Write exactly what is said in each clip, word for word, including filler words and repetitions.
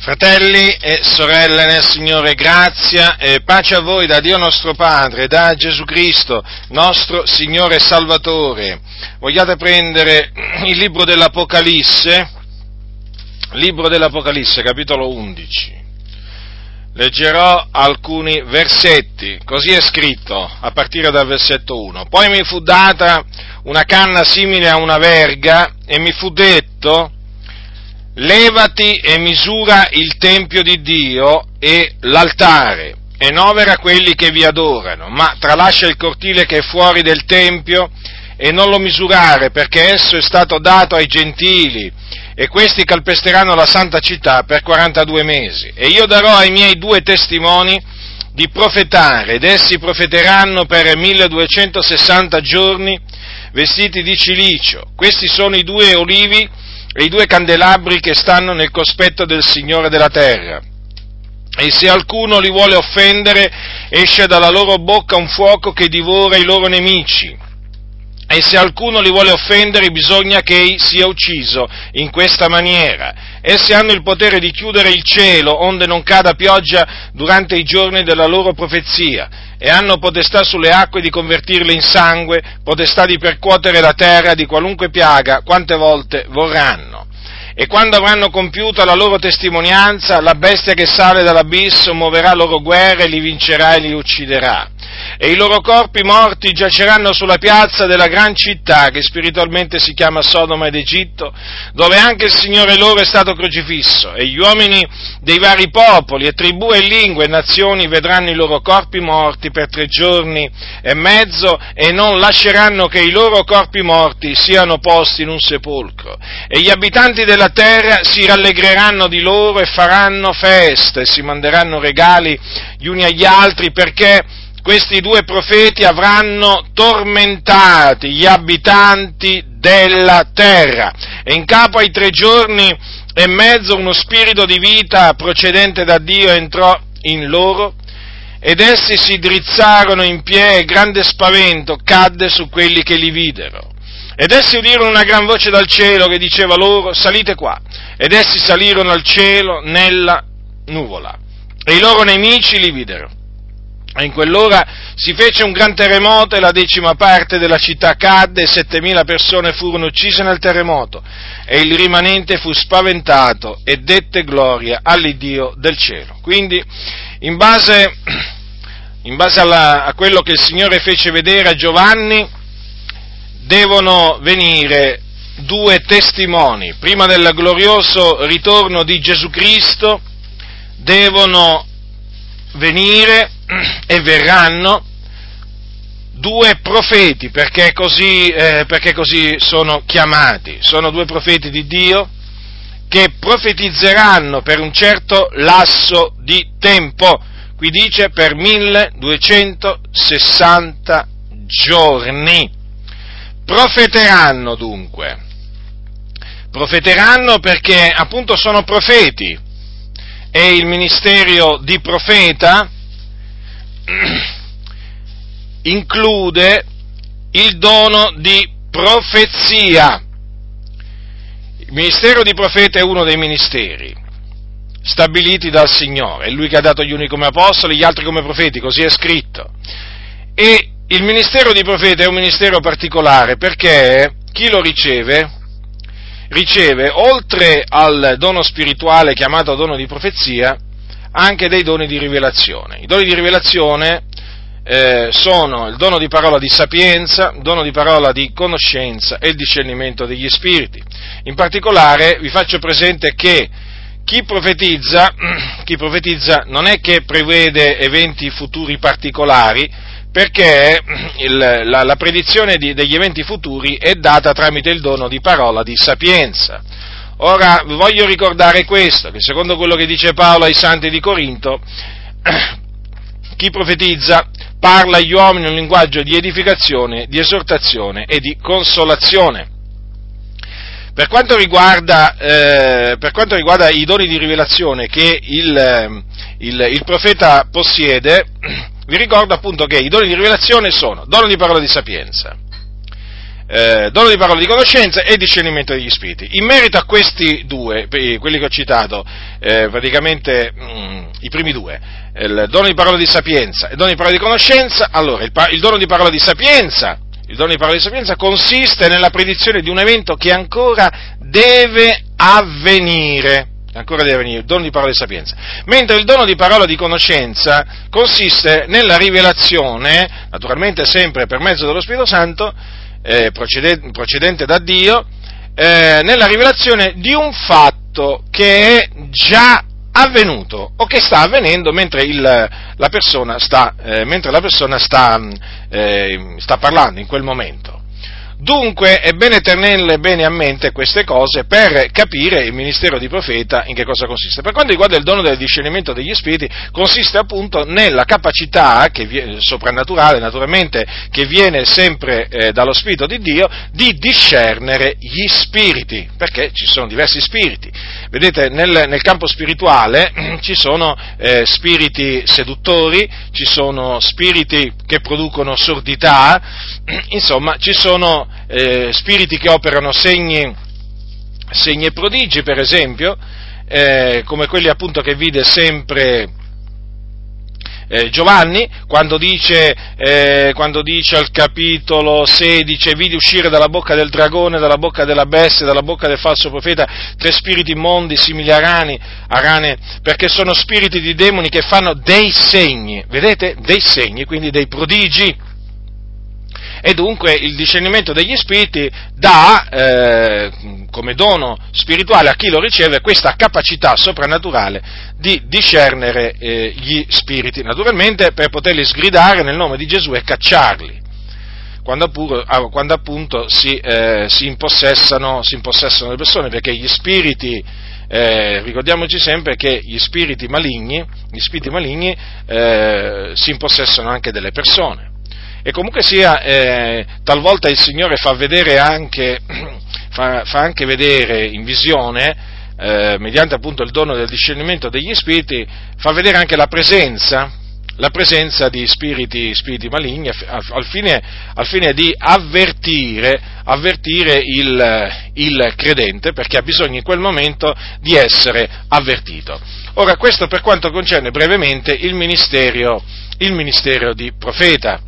Fratelli e sorelle nel Signore, grazia e pace a voi da Dio nostro Padre, da Gesù Cristo, nostro Signore e Salvatore. Vogliate prendere il libro dell'Apocalisse, libro dell'Apocalisse, capitolo undici. Leggerò alcuni versetti, così è scritto, a partire dal versetto uno. Poi mi fu data una canna simile a una verga e mi fu detto: levati e misura il tempio di Dio e l'altare, e novera quelli che vi adorano, ma tralascia il cortile che è fuori del tempio e non lo misurare, perché esso è stato dato ai gentili, e questi calpesteranno la santa città per quarantadue mesi. E io darò ai miei due testimoni di profetare, ed essi profeteranno per milleduecentosessanta giorni, vestiti di cilicio. Questi sono i due olivi e i due candelabri che stanno nel cospetto del Signore della terra. E se alcuno li vuole offendere, esce dalla loro bocca un fuoco che divora i loro nemici. E se alcuno li vuole offendere, bisogna che egli sia ucciso in questa maniera. Essi hanno il potere di chiudere il cielo, onde non cada pioggia durante i giorni della loro profezia, e hanno potestà sulle acque di convertirle in sangue, potestà di percuotere la terra di qualunque piaga, quante volte vorranno. E quando avranno compiuta la loro testimonianza, la bestia che sale dall'abisso muoverà loro guerre, li vincerà e li ucciderà. E i loro corpi morti giaceranno sulla piazza della gran città, che spiritualmente si chiama Sodoma ed Egitto, dove anche il Signore loro è stato crocifisso, e gli uomini dei vari popoli, e tribù e lingue e nazioni vedranno i loro corpi morti per tre giorni e mezzo, e non lasceranno che i loro corpi morti siano posti in un sepolcro. E gli abitanti della terra si rallegreranno di loro e faranno feste, e si manderanno regali gli uni agli altri, perché questi due profeti avranno tormentati gli abitanti della terra. E in capo ai tre giorni e mezzo uno spirito di vita procedente da Dio entrò in loro, ed essi si drizzarono in piedi, e grande spavento cadde su quelli che li videro. Ed essi udirono una gran voce dal cielo che diceva loro: salite qua. Ed essi salirono al cielo nella nuvola, e i loro nemici li videro. E in quell'ora si fece un gran terremoto, e la decima parte della città cadde, e settemila persone furono uccise nel terremoto, e il rimanente fu spaventato e dette gloria all'Iddio del cielo. Quindi, in base, in base alla, a quello che il Signore fece vedere a Giovanni, devono venire due testimoni. Prima del glorioso ritorno di Gesù Cristo devono venire e verranno due profeti, perché così, eh, perché così sono chiamati. Sono due profeti di Dio che profetizzeranno per un certo lasso di tempo. Qui dice per milleduecentosessanta giorni. Profeteranno dunque. Profeteranno perché appunto sono profeti. E il ministero di profeta include il dono di profezia. Il ministero di profeta è uno dei ministeri stabiliti dal Signore, è Lui che ha dato gli uni come apostoli, gli altri come profeti, così è scritto. E il ministero di profeta è un ministero particolare perché chi lo riceve riceve, oltre al dono spirituale chiamato dono di profezia, anche dei doni di rivelazione. I doni di rivelazione eh, sono il dono di parola di sapienza, il dono di parola di conoscenza e il discernimento degli spiriti. In particolare vi faccio presente che chi profetizza, chi profetizza non è che prevede eventi futuri particolari, perché il, la, la predizione di, degli eventi futuri è data tramite il dono di parola di sapienza. Ora, voglio ricordare questo, che secondo quello che dice Paolo ai santi di Corinto, chi profetizza parla agli uomini un linguaggio di edificazione, di esortazione e di consolazione. Per quanto riguarda, eh, per quanto riguarda i doni di rivelazione che il, il, il profeta possiede, vi ricordo appunto che i doni di rivelazione sono dono di parola di sapienza, eh, dono di parola di conoscenza e discernimento degli spiriti. In merito a questi due, quelli che ho citato, eh, praticamente mh, i primi due, il dono di parola di sapienza e il dono di parola di conoscenza, allora il, il dono di parola di sapienza, il dono di parola di sapienza consiste nella predizione di un evento che ancora deve avvenire. Ancora deve venire il dono di parola di sapienza, mentre il dono di parola di conoscenza consiste nella rivelazione, naturalmente sempre per mezzo dello Spirito Santo, eh, procedente, procedente da Dio, eh, nella rivelazione di un fatto che è già avvenuto o che sta avvenendo mentre il, la persona sta, eh, mentre la persona sta, eh, sta parlando in quel momento. Dunque è bene tenerle bene a mente queste cose per capire il ministero di profeta in che cosa consiste. Per quanto riguarda il dono del discernimento degli spiriti, consiste appunto nella capacità che viene, soprannaturale naturalmente, che viene sempre eh, dallo Spirito di Dio, di discernere gli spiriti, perché ci sono diversi spiriti. Vedete, nel, nel campo spirituale ci sono eh, spiriti seduttori, ci sono spiriti che producono sordità, insomma ci sono Eh, spiriti che operano segni, segni e prodigi, per esempio, eh, come quelli appunto che vide sempre eh, Giovanni, quando dice, eh, quando dice al capitolo sedici, vidi uscire dalla bocca del dragone, dalla bocca della bestia, dalla bocca del falso profeta, tre spiriti immondi simili a rane, a rane, perché sono spiriti di demoni che fanno dei segni, vedete? Dei segni, quindi dei prodigi. E dunque il discernimento degli spiriti dà, eh, come dono spirituale a chi lo riceve, questa capacità soprannaturale di discernere eh, gli spiriti, naturalmente per poterli sgridare nel nome di Gesù e cacciarli, quando, appuro, quando appunto si, eh, si, impossessano, si impossessano le persone, perché gli spiriti, eh, ricordiamoci sempre che gli spiriti maligni, gli spiriti maligni eh, si impossessano anche delle persone. E comunque sia, eh, talvolta il Signore fa vedere anche, fa, fa anche vedere in visione, eh, mediante appunto il dono del discernimento degli spiriti, fa vedere anche la presenza, la presenza di spiriti, spiriti maligni, al, al, fine, al fine di avvertire, avvertire il, il credente, perché ha bisogno in quel momento di essere avvertito. Ora, questo per quanto concerne brevemente il ministero, il ministero di profeta.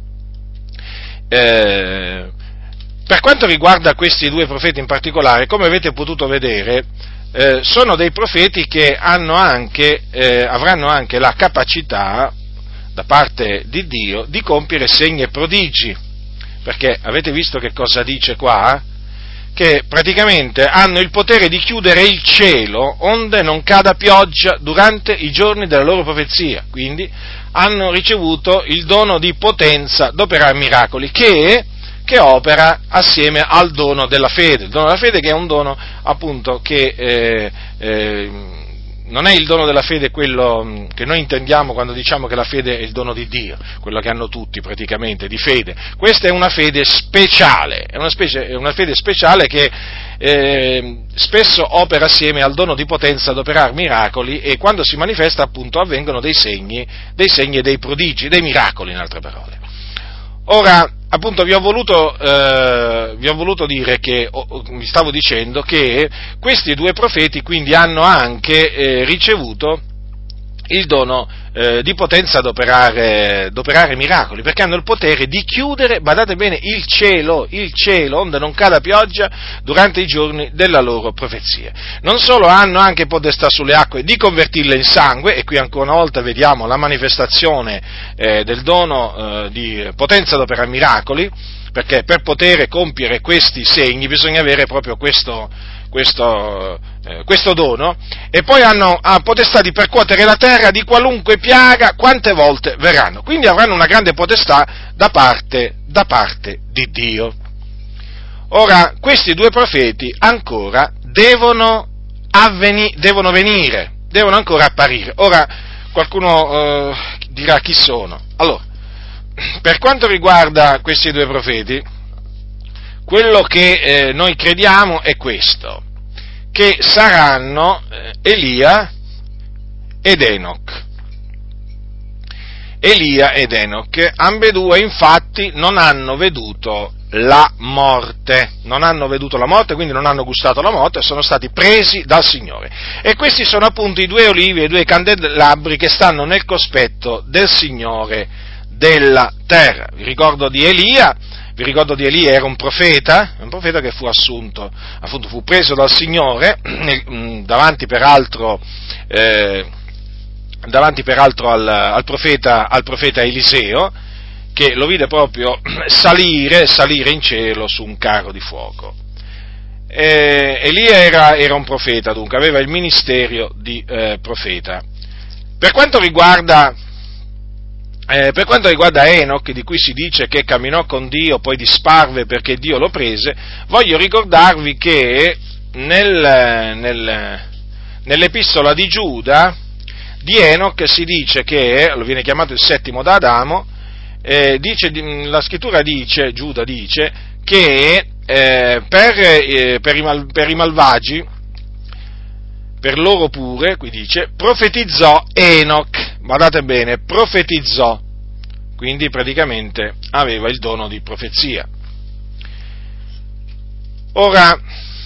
Eh, per quanto riguarda questi due profeti in particolare, come avete potuto vedere, eh, sono dei profeti che hanno anche, eh, avranno anche la capacità da parte di Dio di compiere segni e prodigi, perché avete visto che cosa dice qua? Che praticamente hanno il potere di chiudere il cielo onde non cada pioggia durante i giorni della loro profezia, quindi hanno ricevuto il dono di potenza d'operare miracoli, che, che opera assieme al dono della fede, il dono della fede che è un dono appunto che eh, eh, non è il dono della fede quello che noi intendiamo quando diciamo che la fede è il dono di Dio, quello che hanno tutti praticamente di fede. Questa è una fede speciale, è una, specie, è una fede speciale che eh, spesso opera assieme al dono di potenza ad operare miracoli, e quando si manifesta appunto avvengono dei segni, dei segni e dei prodigi, dei miracoli in altre parole. Ora, appunto, vi ho voluto, eh, vi ho voluto dire che, oh, vi stavo dicendo che questi due profeti quindi hanno anche eh, ricevuto il dono eh, di potenza ad operare, ad operare miracoli, perché hanno il potere di chiudere, badate bene, il cielo, il cielo, onde non cada pioggia durante i giorni della loro profezia. Non solo, hanno anche potestà sulle acque di convertirle in sangue, e qui ancora una volta vediamo la manifestazione eh, del dono eh, di potenza ad operare miracoli, perché per poter compiere questi segni bisogna avere proprio questo, questo, eh, questo dono, e poi hanno ah, potestà di percuotere la terra di qualunque piaga quante volte verranno, quindi avranno una grande potestà da parte, da parte di Dio. Ora, questi due profeti ancora devono, avveni, devono venire, devono ancora apparire. Ora, qualcuno eh, dirà chi sono. Allora, per quanto riguarda questi due profeti, quello che eh, noi crediamo è questo, che saranno eh, Elia ed Enoch. Elia ed Enoch, ambedue infatti non hanno veduto la morte, non hanno veduto la morte, quindi non hanno gustato la morte, sono stati presi dal Signore. E questi sono appunto i due olivi e i due candelabri che stanno nel cospetto del Signore della terra. Vi ricordo di Elia, vi ricordo di Elia, era un profeta, un profeta che fu assunto, appunto fu preso dal Signore, davanti peraltro, eh, davanti peraltro al, al profeta, al profeta Eliseo, che lo vide proprio salire, salire in cielo su un carro di fuoco. E Elia era, era un profeta, dunque, aveva il ministero di eh, profeta. Per quanto riguarda, eh, per quanto riguarda Enoch, di cui si dice che camminò con Dio, poi disparve perché Dio lo prese, voglio ricordarvi che nel, nel, nell'epistola di Giuda, di Enoch si dice che, lo viene chiamato il settimo da Adamo, Eh, dice, la scrittura dice, Giuda dice, che eh, per, eh, per, i mal, per i malvagi, per loro pure, qui dice, profetizzò Enoch, guardate bene, profetizzò, quindi praticamente aveva il dono di profezia. Ora,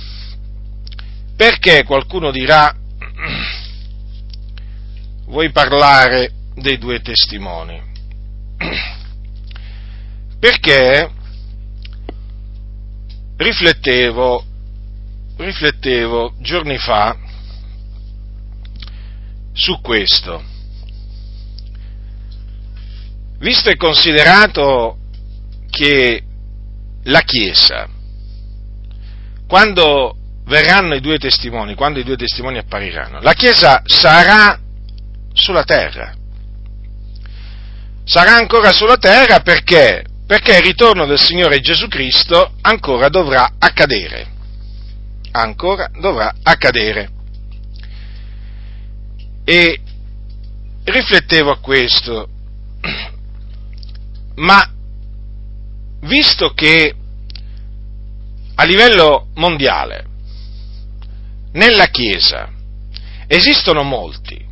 perché qualcuno dirà, vuoi parlare dei due testimoni? Perché riflettevo, riflettevo giorni fa su questo, visto e considerato che la Chiesa, quando verranno i due testimoni, quando i due testimoni appariranno, la Chiesa sarà sulla terra, sarà ancora sulla terra perché? Perché il ritorno del Signore Gesù Cristo ancora dovrà accadere, ancora dovrà accadere. E riflettevo a questo, ma visto che a livello mondiale, nella Chiesa, esistono molti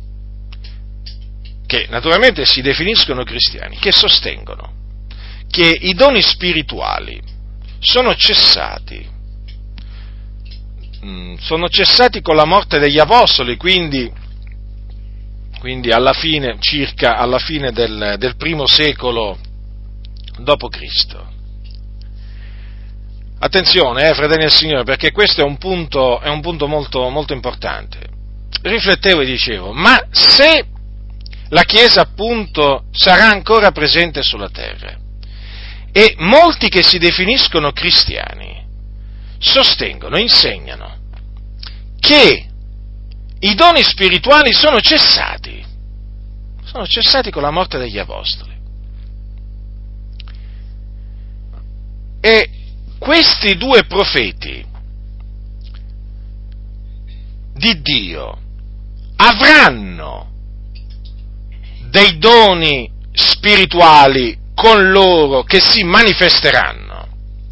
che naturalmente si definiscono cristiani, che sostengono che i doni spirituali sono cessati, sono cessati con la morte degli apostoli, quindi, quindi alla fine, circa alla fine del, del primo secolo dopo Cristo. Attenzione, eh, fratelli del Signore, perché questo è un punto, è un punto molto, molto importante. Riflettevo e dicevo, ma se la Chiesa appunto sarà ancora presente sulla terra, e molti che si definiscono cristiani sostengono, insegnano che i doni spirituali sono cessati, sono cessati con la morte degli apostoli. E questi due profeti di Dio avranno dei doni spirituali con loro che si manifesteranno.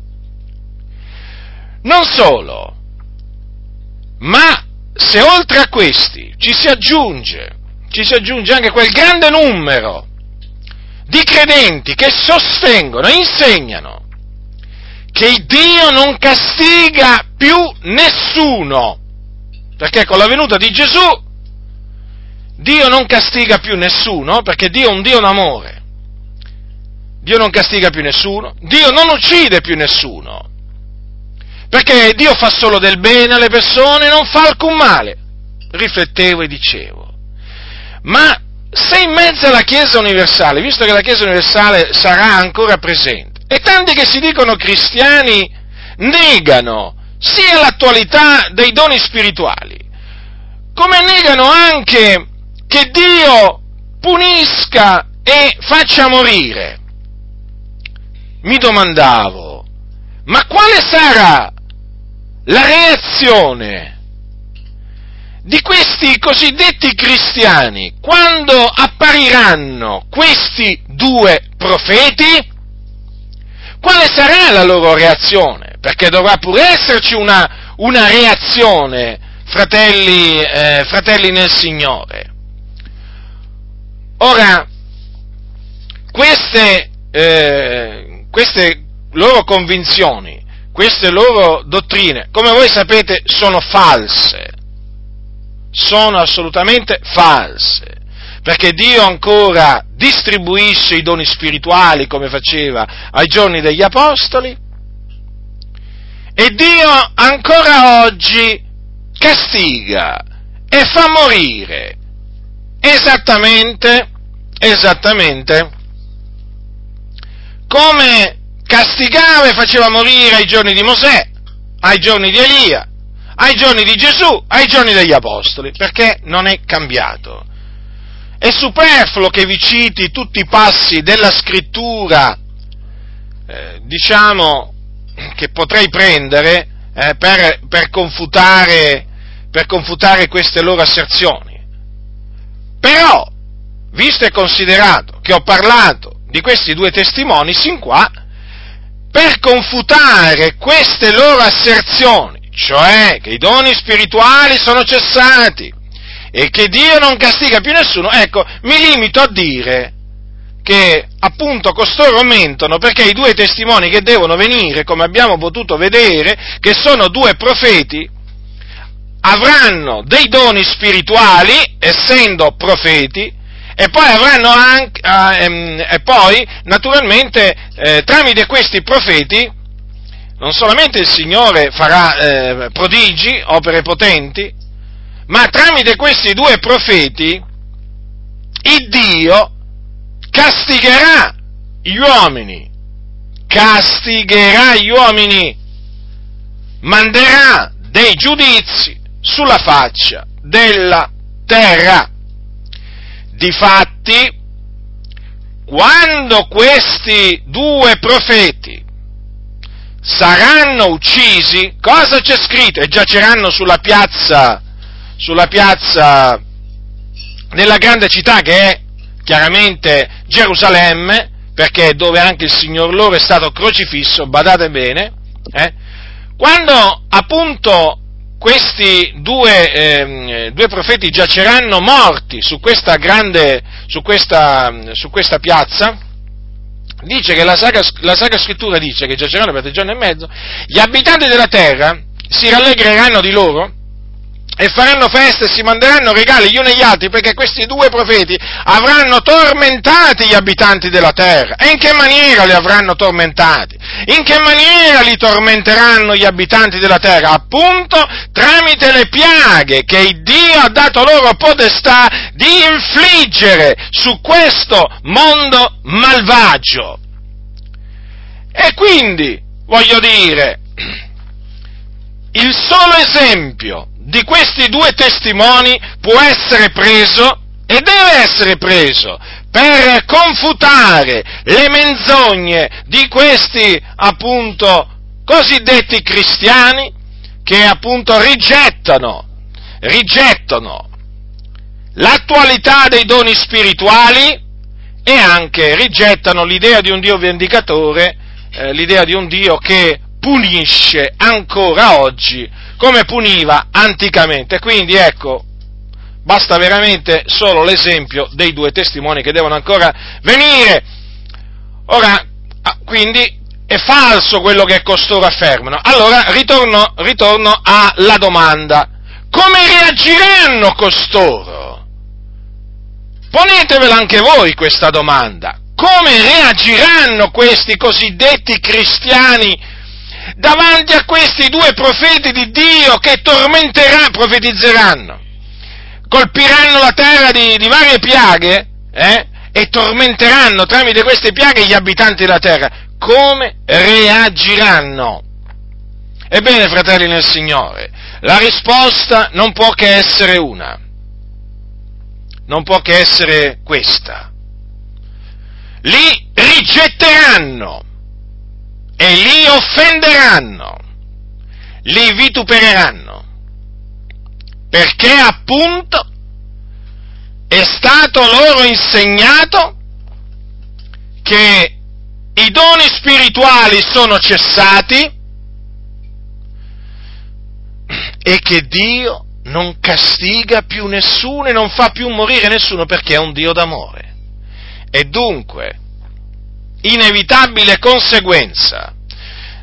Non solo, ma se oltre a questi ci si aggiunge, ci si aggiunge anche quel grande numero di credenti che sostengono e insegnano che Dio non castiga più nessuno, perché con la venuta di Gesù Dio non castiga più nessuno, perché Dio è un Dio d'amore. Dio non castiga più nessuno, Dio non uccide più nessuno, perché Dio fa solo del bene alle persone e non fa alcun male. Riflettevo e dicevo, ma se in mezzo alla Chiesa universale, visto che la Chiesa universale sarà ancora presente, e tanti che si dicono cristiani negano sia l'attualità dei doni spirituali, come negano anche che Dio punisca e faccia morire, mi domandavo, ma quale sarà la reazione di questi cosiddetti cristiani quando appariranno questi due profeti? Quale sarà la loro reazione? Perché dovrà pure esserci una, una reazione, fratelli, eh, fratelli nel Signore. Ora, queste, eh, queste loro convinzioni, queste loro dottrine, come voi sapete, sono false, sono assolutamente false, perché Dio ancora distribuisce i doni spirituali come faceva ai giorni degli Apostoli, e Dio ancora oggi castiga e fa morire esattamente, esattamente come castigava e faceva morire ai giorni di Mosè, ai giorni di Elia, ai giorni di Gesù, ai giorni degli Apostoli, perché non è cambiato. È superfluo che vi citi tutti i passi della Scrittura, eh, diciamo, che potrei prendere eh, per, per, confutare, per confutare queste loro asserzioni. Però, visto e considerato che ho parlato di questi due testimoni sin qua, per confutare queste loro asserzioni, cioè che i doni spirituali sono cessati e che Dio non castiga più nessuno, ecco, mi limito a dire che appunto costoro mentono, perché i due testimoni che devono venire, come abbiamo potuto vedere, che sono due profeti, avranno dei doni spirituali, essendo profeti, e poi avranno anche, eh, ehm, e poi, naturalmente, eh, tramite questi profeti, non solamente il Signore farà eh, prodigi, opere potenti, ma tramite questi due profeti, il Dio castigherà gli uomini, castigherà gli uomini, manderà dei giudizi sulla faccia della terra. Difatti, quando questi due profeti saranno uccisi, cosa c'è scritto? E giaceranno sulla piazza, sulla piazza della grande città, che è chiaramente Gerusalemme, perché è dove anche il Signor loro è stato crocifisso, badate bene, eh? Quando appunto questi due, eh, due profeti giaceranno morti su questa grande, su questa, su questa piazza, dice che la Sacra, la Sacra Scrittura dice che giaceranno per tre giorni e mezzo, gli abitanti della terra si rallegreranno di loro e faranno feste e si manderanno regali gli uni agli altri, perché questi due profeti avranno tormentati gli abitanti della terra. E in che maniera li avranno tormentati? In che maniera li tormenteranno gli abitanti della terra? Appunto tramite le piaghe che il Dio ha dato loro potestà di infliggere su questo mondo malvagio. E quindi, voglio dire, il solo esempio di questi due testimoni può essere preso e deve essere preso per confutare le menzogne di questi appunto cosiddetti cristiani che appunto rigettano, rigettano l'attualità dei doni spirituali e anche rigettano l'idea di un Dio vendicatore, eh, l'idea di un Dio che punisce ancora oggi come puniva anticamente. Quindi ecco, basta veramente solo l'esempio dei due testimoni che devono ancora venire. Ora, quindi è falso quello che costoro affermano. Allora ritorno, ritorno alla domanda: come reagiranno costoro? Ponetevela anche voi questa domanda. Come reagiranno questi cosiddetti cristiani davanti a questi due profeti di Dio che tormenteranno, profetizzeranno, colpiranno la terra di, di varie piaghe eh, e tormenteranno tramite queste piaghe gli abitanti della terra? Come reagiranno? Ebbene, fratelli nel Signore, la risposta non può che essere una, non può che essere questa: li rigetteranno e li offenderanno, li vitupereranno, perché appunto è stato loro insegnato che i doni spirituali sono cessati e che Dio non castiga più nessuno e non fa più morire nessuno, perché è un Dio d'amore. E dunque, inevitabile conseguenza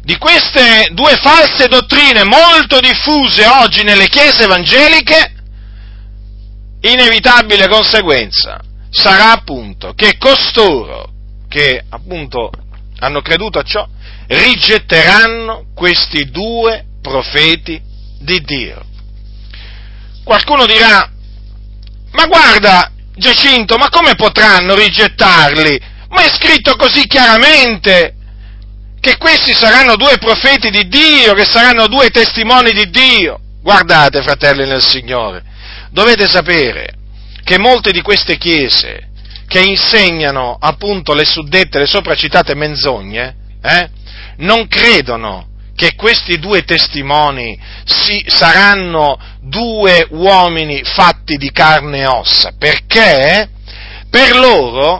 di queste due false dottrine molto diffuse oggi nelle chiese evangeliche, inevitabile conseguenza sarà appunto che costoro che appunto hanno creduto a ciò rigetteranno questi due profeti di Dio. Qualcuno dirà: ma guarda Giacinto, ma come potranno rigettarli? Ma è scritto così chiaramente che questi saranno due profeti di Dio, che saranno due testimoni di Dio. Guardate, fratelli nel Signore, dovete sapere che molte di queste chiese che insegnano appunto le suddette, le sopracitate menzogne, eh, non credono che questi due testimoni si, saranno due uomini fatti di carne e ossa, perché per loro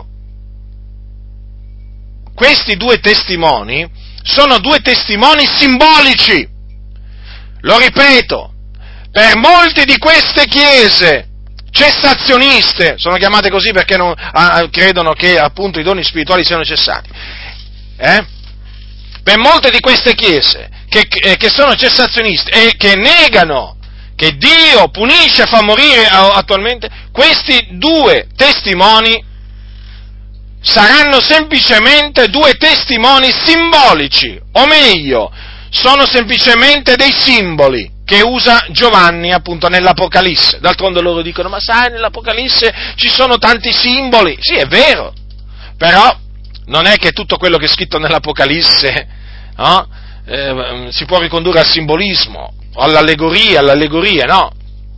questi due testimoni sono due testimoni simbolici. Lo ripeto, per molte di queste chiese cessazioniste, sono chiamate così perché non, ah, credono che appunto i doni spirituali siano cessati, eh? per molte di queste chiese che, che sono cessazioniste e che negano che Dio punisce e fa morire attualmente, questi due testimoni saranno semplicemente due testimoni simbolici, o meglio, sono semplicemente dei simboli che usa Giovanni appunto nell'Apocalisse. D'altronde loro dicono: ma sai, nell'Apocalisse ci sono tanti simboli. Sì, è vero, però non è che tutto quello che è scritto nell'Apocalisse no, eh, si può ricondurre al simbolismo, o all'allegoria, all'allegoria, no.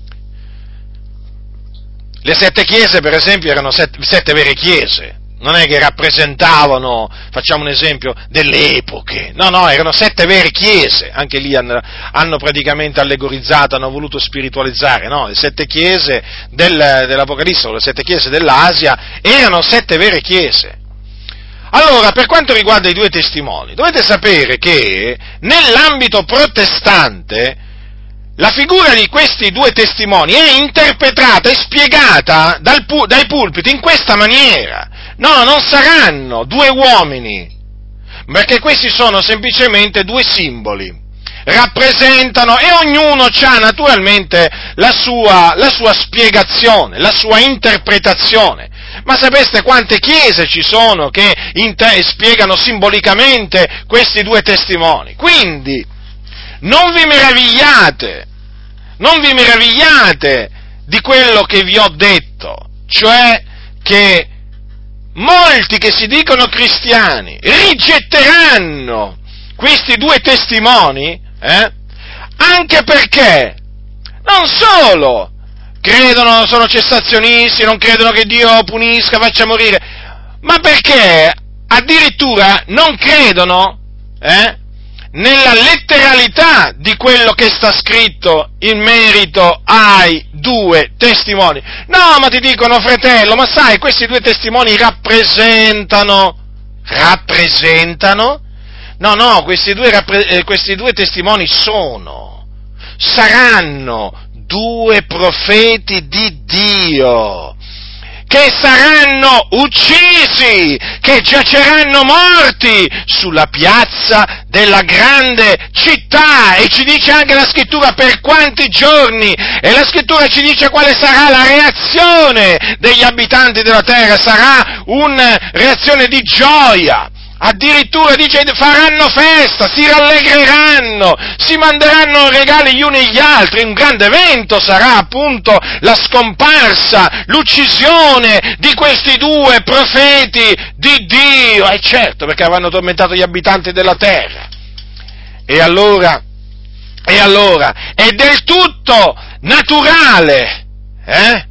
Le sette chiese, per esempio, erano sette, sette vere chiese. Non è che rappresentavano, facciamo un esempio, delle epoche, no, no, erano sette vere chiese, anche lì hanno, hanno praticamente allegorizzato, hanno voluto spiritualizzare, no, le sette chiese del, dell'Apocalisse, o le sette chiese dell'Asia, erano sette vere chiese. Allora, per quanto riguarda i due testimoni, dovete sapere che nell'ambito protestante la figura di questi due testimoni è interpretata e spiegata dal, dai pulpiti in questa maniera. No, non saranno due uomini, perché questi sono semplicemente due simboli, rappresentano, e ognuno ha naturalmente la sua, la sua spiegazione, la sua interpretazione. Ma sapeste quante chiese ci sono che inter- spiegano simbolicamente questi due testimoni? Quindi, non vi meravigliate, non vi meravigliate di quello che vi ho detto, cioè che molti che si dicono cristiani rigetteranno questi due testimoni, eh, anche perché non solo credono, sono cessazionisti, non credono che Dio punisca, faccia morire, ma perché addirittura non credono, eh, nella letteralità di quello che sta scritto in merito ai due testimoni. No, ma ti dicono: fratello, ma sai, questi due testimoni rappresentano, rappresentano? No, no, questi due, rappre- eh, questi due testimoni sono, saranno due profeti di Dio, che saranno uccisi, che giaceranno morti sulla piazza della grande città, e ci dice anche la scrittura per quanti giorni, e la scrittura ci dice quale sarà la reazione degli abitanti della terra, sarà una reazione di gioia. Addirittura dice faranno festa, si rallegreranno, si manderanno regali gli uni agli altri, un grande evento sarà appunto la scomparsa, l'uccisione di questi due profeti di Dio, e certo, perché avranno tormentato gli abitanti della terra. E allora, e allora, è del tutto naturale, eh,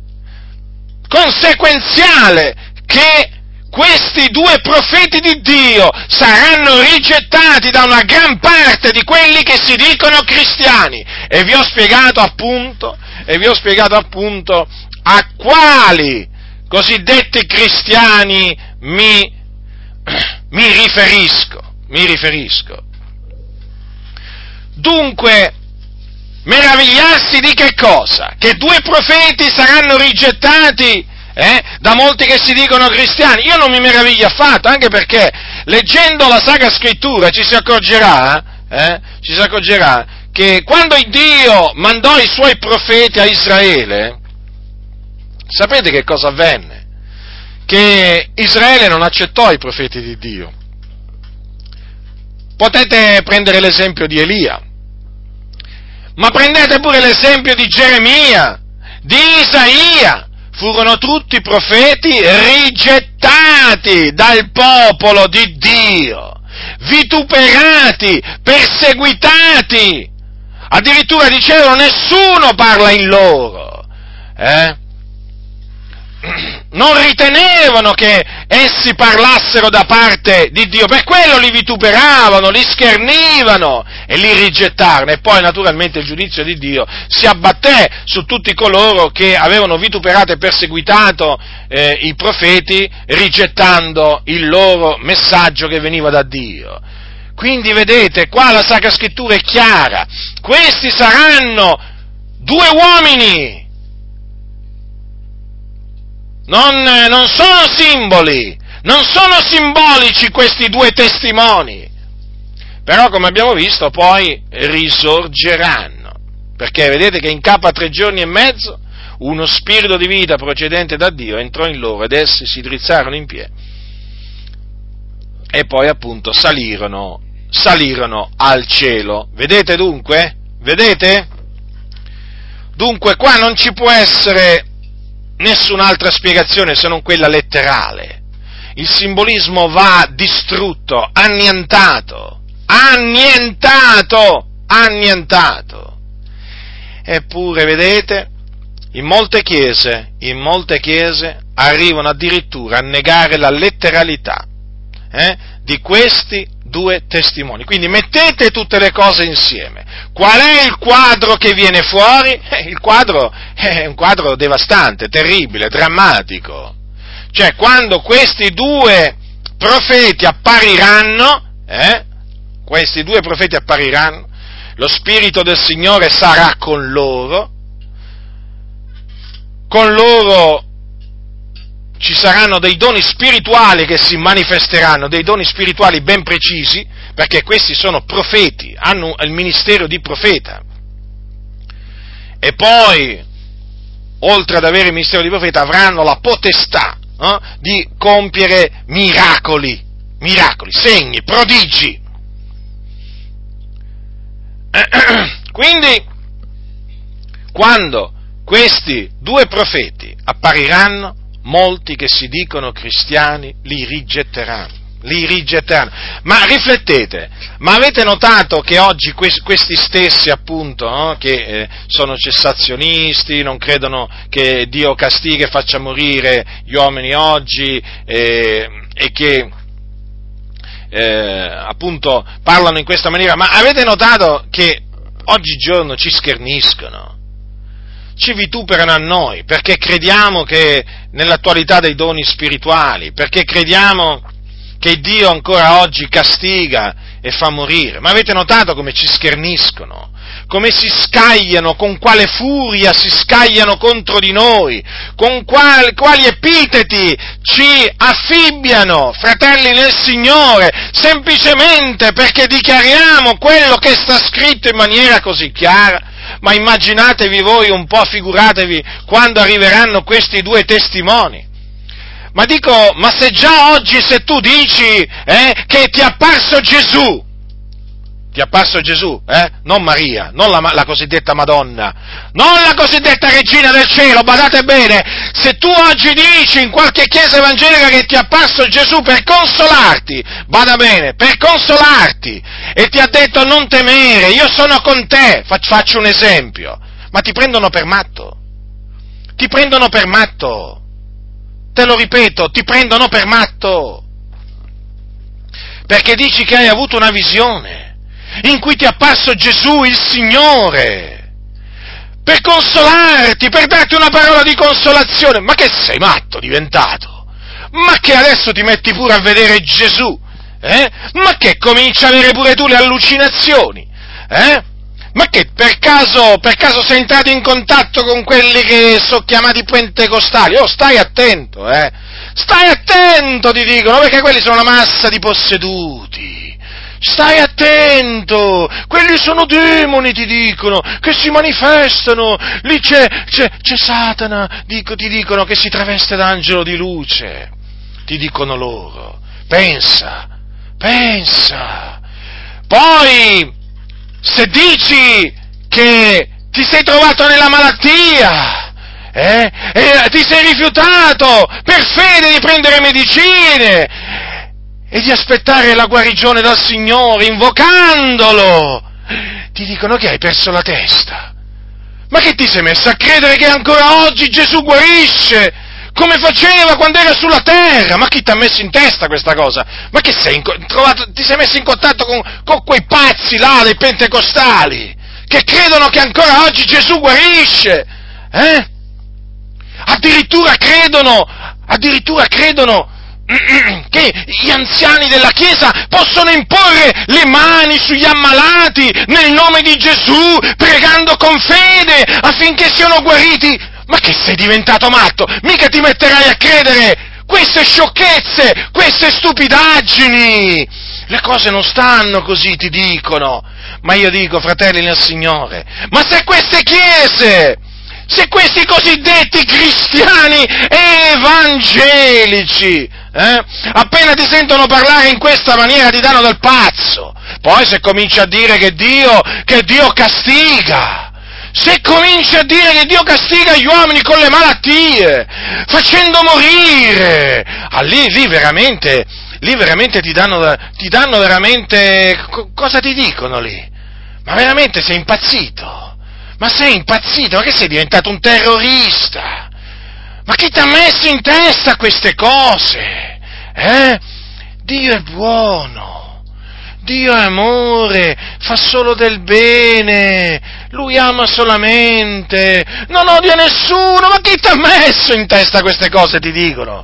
conseguenziale che questi due profeti di Dio saranno rigettati da una gran parte di quelli che si dicono cristiani, e vi ho spiegato appunto, e vi ho spiegato appunto a quali cosiddetti cristiani mi, mi riferisco, mi riferisco. Dunque, meravigliarsi di che cosa? Che due profeti saranno rigettati Eh, da molti che si dicono cristiani. Io non mi meraviglio affatto, anche perché leggendo la Sacra Scrittura ci si accorgerà, eh, ci si accorgerà che quando Dio mandò i suoi profeti a Israele, sapete che cosa avvenne? Che Israele non accettò i profeti di Dio. Potete prendere l'esempio di Elia, ma prendete pure l'esempio di Geremia, di Isaia. Furono tutti profeti rigettati dal popolo di Dio, vituperati, perseguitati. Addirittura dicevano nessuno parla in loro. Eh? Non ritenevano che essi parlassero da parte di Dio, per quello li vituperavano, li schernivano e li rigettarono, e poi naturalmente il giudizio di Dio si abbatté su tutti coloro che avevano vituperato e perseguitato eh, i profeti, rigettando il loro messaggio che veniva da Dio. Quindi vedete, qua la Sacra Scrittura è chiara, questi saranno due uomini. Non, non sono simboli, non sono simbolici questi due testimoni, però come abbiamo visto poi risorgeranno, perché vedete che in capo a tre giorni e mezzo uno spirito di vita procedente da Dio entrò in loro ed essi si drizzarono in piedi e poi appunto salirono, salirono al cielo. Vedete dunque? Vedete? Dunque qua non ci può essere nessun'altra spiegazione se non quella letterale. Il simbolismo va distrutto, annientato, annientato, annientato. Eppure, vedete, in molte chiese, in molte chiese arrivano addirittura a negare la letteralità eh, di questi due testimoni. Quindi mettete tutte le cose insieme. Qual è il quadro che viene fuori? Eh, il quadro è un quadro devastante, terribile, drammatico. Cioè, quando questi due profeti appariranno, eh, questi due profeti appariranno, lo Spirito del Signore sarà con loro, con loro ci saranno dei doni spirituali che si manifesteranno, dei doni spirituali ben precisi, perché questi sono profeti, hanno il ministero di profeta. E poi, oltre ad avere il ministero di profeta, avranno la potestà eh, di compiere miracoli, miracoli, segni, prodigi. Quindi, quando questi due profeti appariranno, molti che si dicono cristiani li rigetteranno, li rigetteranno. Ma riflettete, ma avete notato che oggi questi stessi appunto, no, che eh, sono cessazionisti, non credono che Dio castighi e faccia morire gli uomini oggi eh, e che eh, appunto parlano in questa maniera, ma avete notato che oggigiorno ci scherniscono? Ci vituperano a noi, perché crediamo che nell'attualità dei doni spirituali, perché crediamo che Dio ancora oggi castiga e fa morire. Ma avete notato come ci scherniscono? Come si scagliano, con quale furia si scagliano contro di noi, con quali, quali epiteti ci affibbiano, fratelli nel Signore, semplicemente perché dichiariamo quello che sta scritto in maniera così chiara. Ma immaginatevi voi un po', figuratevi quando arriveranno questi due testimoni. Ma dico, ma se già oggi se tu dici eh, che ti è apparso Gesù, ti è apparso Gesù, eh? Non Maria, non la, la cosiddetta Madonna, non la cosiddetta Regina del Cielo, badate bene, se tu oggi dici in qualche chiesa evangelica che ti è apparso Gesù per consolarti, bada bene, per consolarti, e ti ha detto non temere, io sono con te, faccio un esempio, ma ti prendono per matto, ti prendono per matto, te lo ripeto, ti prendono per matto, perché dici che hai avuto una visione in cui ti è apparso Gesù il Signore, per consolarti, per darti una parola di consolazione. Ma che sei matto diventato? Ma che adesso ti metti pure a vedere Gesù? Eh? Ma che cominci a avere pure tu le allucinazioni? Eh? Ma che, per caso, per caso sei entrato in contatto con quelli che sono chiamati pentecostali? Oh, stai attento, eh! Stai attento, ti dicono, perché quelli sono una massa di posseduti. Stai attento! Quelli sono demoni, ti dicono, che si manifestano. Lì c'è, c'è, c'è Satana, dico, ti dicono, che si traveste da angelo di luce. Ti dicono loro. Pensa, pensa. Poi, se dici che ti sei trovato nella malattia, eh, e ti sei rifiutato per fede di prendere medicine e di aspettare la guarigione dal Signore, invocandolo, ti dicono che hai perso la testa. Ma che ti sei messo a credere che ancora oggi Gesù guarisce, come faceva quando era sulla terra? Ma chi ti ha messo in testa questa cosa? Ma che sei in, trovato, ti sei messo in contatto con, con quei pazzi là dei pentecostali, che credono che ancora oggi Gesù guarisce, eh? Addirittura credono, addirittura credono che gli anziani della Chiesa possono imporre le mani sugli ammalati nel nome di Gesù, pregando con fede affinché siano guariti. Ma che sei diventato matto? Mica ti metterai a credere queste sciocchezze, queste stupidaggini! Le cose non stanno così, ti dicono. Ma io dico, fratelli nel Signore, ma se queste chiese, se questi cosiddetti cristiani evangelici, eh, appena ti sentono parlare in questa maniera ti danno del pazzo, poi se cominci a dire che Dio, che Dio castiga, se cominci a dire che Dio castiga gli uomini con le malattie, facendo morire, ah, lì, lì veramente, lì veramente ti danno, ti danno veramente, cosa ti dicono lì? Ma veramente sei impazzito? Ma sei impazzito? Ma che sei diventato un terrorista? Ma chi ti ha messo in testa queste cose? Eh? Dio è buono, Dio è amore, fa solo del bene, Lui ama solamente, non odia nessuno, ma chi ti ha messo in testa queste cose, ti dicono?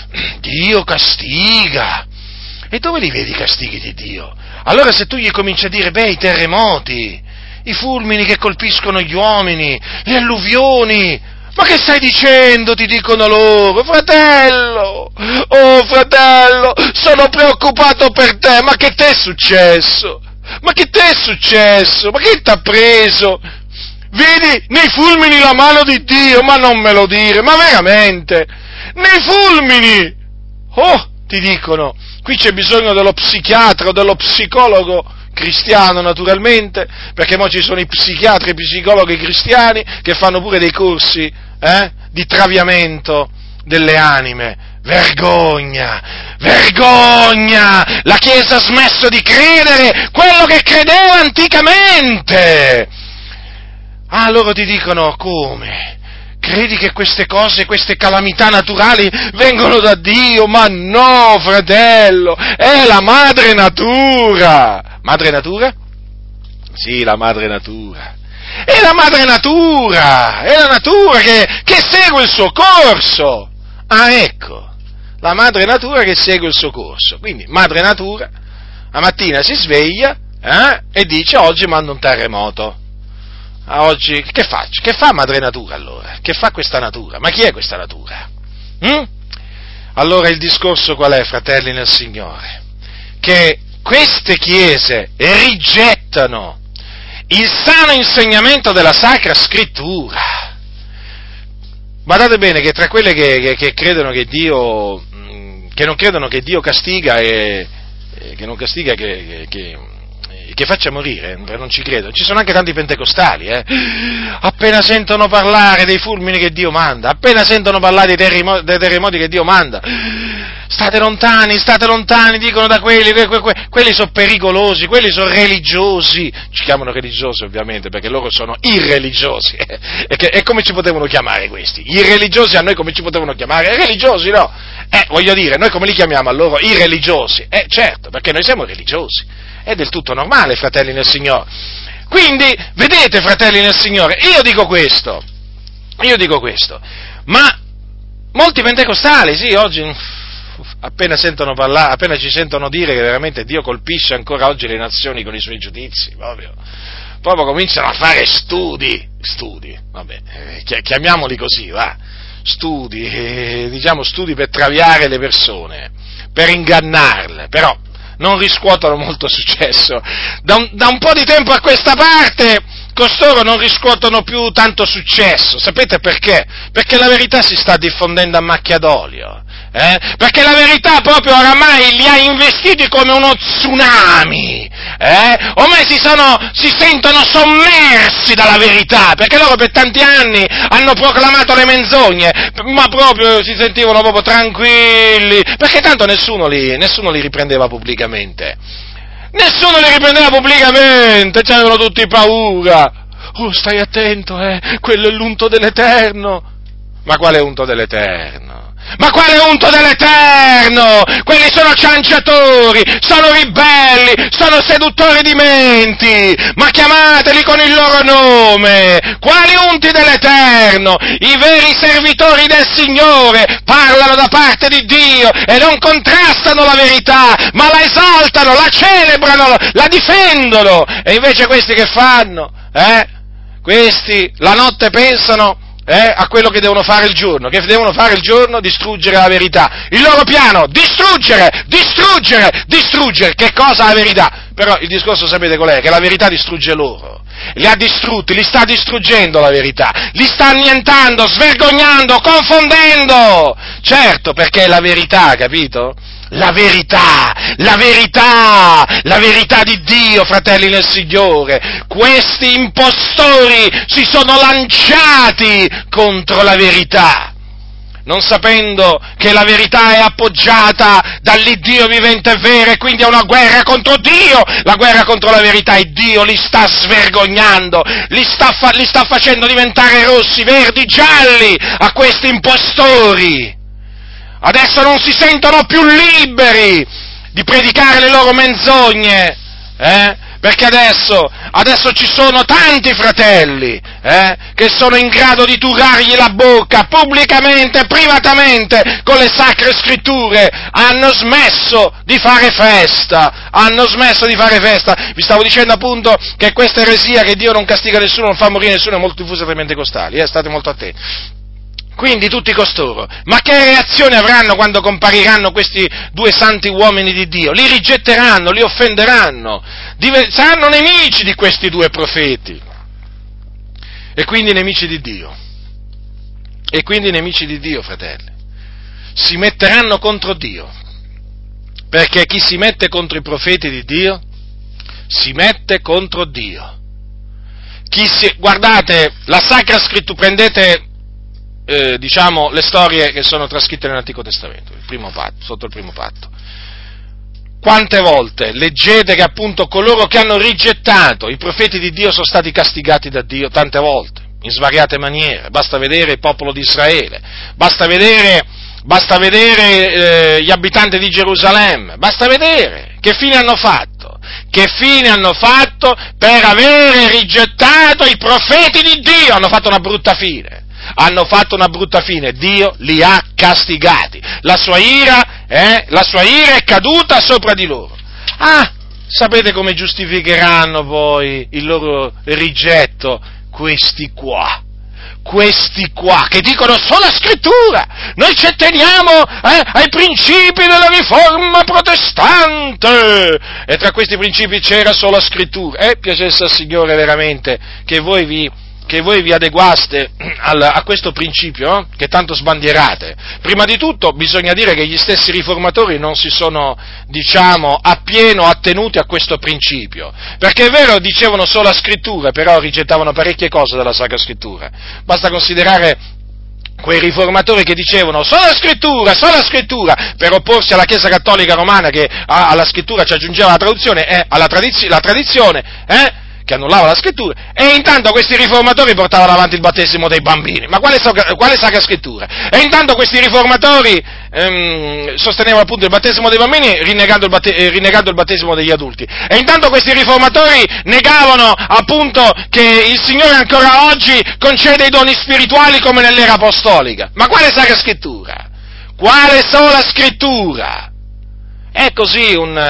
Dio castiga. E dove li vedi i castighi di Dio? Allora se tu gli cominci a dire, beh, i terremoti, i fulmini che colpiscono gli uomini, le alluvioni, ma che stai dicendo? Ti dicono loro, fratello, oh fratello, sono preoccupato per te, ma che t'è successo? Ma che t'è successo? Ma che t'ha preso? Vedi nei fulmini la mano di Dio? Ma non me lo dire, ma veramente? Nei fulmini! Oh, ti dicono, qui c'è bisogno dello psichiatra o dello psicologo cristiano naturalmente, perché mo ci sono i psichiatri e i psicologhi cristiani che fanno pure dei corsi eh, di traviamento delle anime. Vergogna, vergogna! La Chiesa ha smesso di credere quello che credeva anticamente! Ah, loro ti dicono, come? Credi che queste cose, queste calamità naturali vengono da Dio? Ma no, fratello, è la madre natura. Madre natura? Sì, la madre natura. È la madre natura, è la natura che, che segue il suo corso. Ah, ecco, la madre natura che segue il suo corso. Quindi, madre natura, la mattina si sveglia eh, e dice, oggi mando un terremoto. Ah, oggi, che faccio? Che fa madre natura allora? Che fa questa natura? Ma chi è questa natura? Hm? Allora il discorso qual è, fratelli nel Signore? Che queste chiese rigettano il sano insegnamento della Sacra Scrittura. Badate bene che tra quelle che, che, che credono che Dio, che non credono che Dio castiga e che non castiga che, che che faccia morire, non ci credo, ci sono anche tanti pentecostali, eh? Appena sentono parlare dei fulmini che Dio manda, appena sentono parlare dei terremoti, dei terremoti che Dio manda, state lontani, state lontani, dicono da quelli, que, que, que, quelli sono pericolosi, quelli sono religiosi, ci chiamano religiosi ovviamente, perché loro sono irreligiosi, eh? e, che, e come ci potevano chiamare questi? Irreligiosi a noi come ci potevano chiamare? Religiosi no? Eh, voglio dire, noi come li chiamiamo a loro? Irreligiosi, eh certo, perché noi siamo religiosi. È del tutto normale, fratelli nel Signore. Quindi, vedete, fratelli nel Signore, io dico questo, io dico questo, ma molti pentecostali, sì, oggi, appena sentono parlare, appena ci sentono dire che veramente Dio colpisce ancora oggi le nazioni con i suoi giudizi, proprio, proprio cominciano a fare studi, studi, vabbè, eh, chiamiamoli così, va, studi, eh, diciamo studi per traviare le persone, per ingannarle, però non riscuotono molto successo. Da un, da un po' di tempo a questa parte costoro non riscuotono più tanto successo. Sapete perché? Perché la verità si sta diffondendo a macchia d'olio. Eh? Perché la verità proprio oramai li ha investiti come uno tsunami. Eh? Ormai si, sono, si sentono sommersi dalla verità, perché loro per tanti anni hanno proclamato le menzogne, ma proprio si sentivano proprio tranquilli, perché tanto nessuno li, nessuno li riprendeva pubblicamente. Nessuno li riprendeva pubblicamente, c'avevano tutti paura. Oh, stai attento, eh, quello è l'unto dell'Eterno. Ma quale unto dell'Eterno? Ma quale unto dell'Eterno? Quelli sono cianciatori, sono ribelli, sono seduttori di menti, ma chiamateli con il loro nome. Quali unti dell'Eterno? I veri servitori del Signore parlano da parte di Dio e non contrastano la verità, ma la esaltano, la celebrano, la difendono. E invece questi che fanno? Eh? Questi la notte pensano Eh, a quello che devono fare il giorno, che devono fare il giorno? Distruggere la verità. Il loro piano, distruggere, distruggere, distruggere. Che cosa la verità? Però il discorso sapete qual è? Che la verità distrugge loro. Li ha distrutti, li sta distruggendo la verità, li sta annientando, svergognando, confondendo. Certo, perché è la verità, capito? La verità, la verità, la verità di Dio, fratelli nel Signore. Questi impostori si sono lanciati contro la verità, non sapendo che la verità è appoggiata dall'Iddio vivente e vero, e quindi è una guerra contro Dio, la guerra contro la verità, e Dio li sta svergognando, li sta, fa- li sta facendo diventare rossi, verdi, gialli a questi impostori. Adesso non si sentono più liberi di predicare le loro menzogne, eh? Perché adesso, adesso ci sono tanti fratelli, eh? Che sono in grado di turargli la bocca pubblicamente, privatamente, con le sacre scritture. Hanno smesso di fare festa, hanno smesso di fare festa. Vi stavo dicendo appunto che questa eresia, che Dio non castiga nessuno, non fa morire nessuno, è molto diffusa tra i pentecostali, eh? State molto attenti. Quindi tutti costoro, ma che reazione avranno quando compariranno questi due santi uomini di Dio? Li rigetteranno, li offenderanno, div- saranno nemici di questi due profeti, e quindi nemici di Dio, e quindi nemici di Dio, fratelli, si metteranno contro Dio, perché chi si mette contro i profeti di Dio, si mette contro Dio. Chi si, guardate, la Sacra Scrittura, prendete... Eh, diciamo, le storie che sono trascritte nell'Antico Testamento, il primo patto, sotto il primo patto. Quante volte leggete che appunto coloro che hanno rigettato i profeti di Dio sono stati castigati da Dio? Tante volte, in svariate maniere. Basta vedere il popolo di Israele, basta vedere, basta vedere eh, gli abitanti di Gerusalemme, basta vedere che fine hanno fatto, che fine hanno fatto per avere rigettato i profeti di Dio, hanno fatto una brutta fine. Hanno fatto una brutta fine, Dio li ha castigati, la sua ira, eh, la sua ira è caduta sopra di loro. Ah, sapete come giustificheranno poi il loro rigetto? Questi qua, questi qua, che dicono solo la scrittura, noi ci atteniamo eh, ai principi della riforma protestante, e tra questi principi c'era solo la scrittura. E eh, piacesse al Signore veramente che voi vi... che voi vi adeguaste al, a questo principio, eh, che tanto sbandierate. Prima di tutto bisogna dire che gli stessi riformatori non si sono, diciamo, appieno attenuti a questo principio, perché è vero, dicevano solo la scrittura, però rigettavano parecchie cose dalla Sacra Scrittura. Basta considerare quei riformatori che dicevano solo la scrittura, solo la scrittura, per opporsi alla Chiesa Cattolica Romana, che a, alla scrittura ci aggiungeva la traduzione, eh, alla tradiz- la tradizione, eh, che annullava la scrittura, e intanto questi riformatori portavano avanti il battesimo dei bambini. Ma quale, quale Sacra Scrittura? E intanto questi riformatori ehm, sostenevano appunto il battesimo dei bambini rinnegando il, batte, eh, rinnegando il battesimo degli adulti. E intanto questi riformatori negavano appunto che il Signore ancora oggi concede i doni spirituali come nell'era apostolica. Ma quale Sacra Scrittura? Quale sola Scrittura? È così un...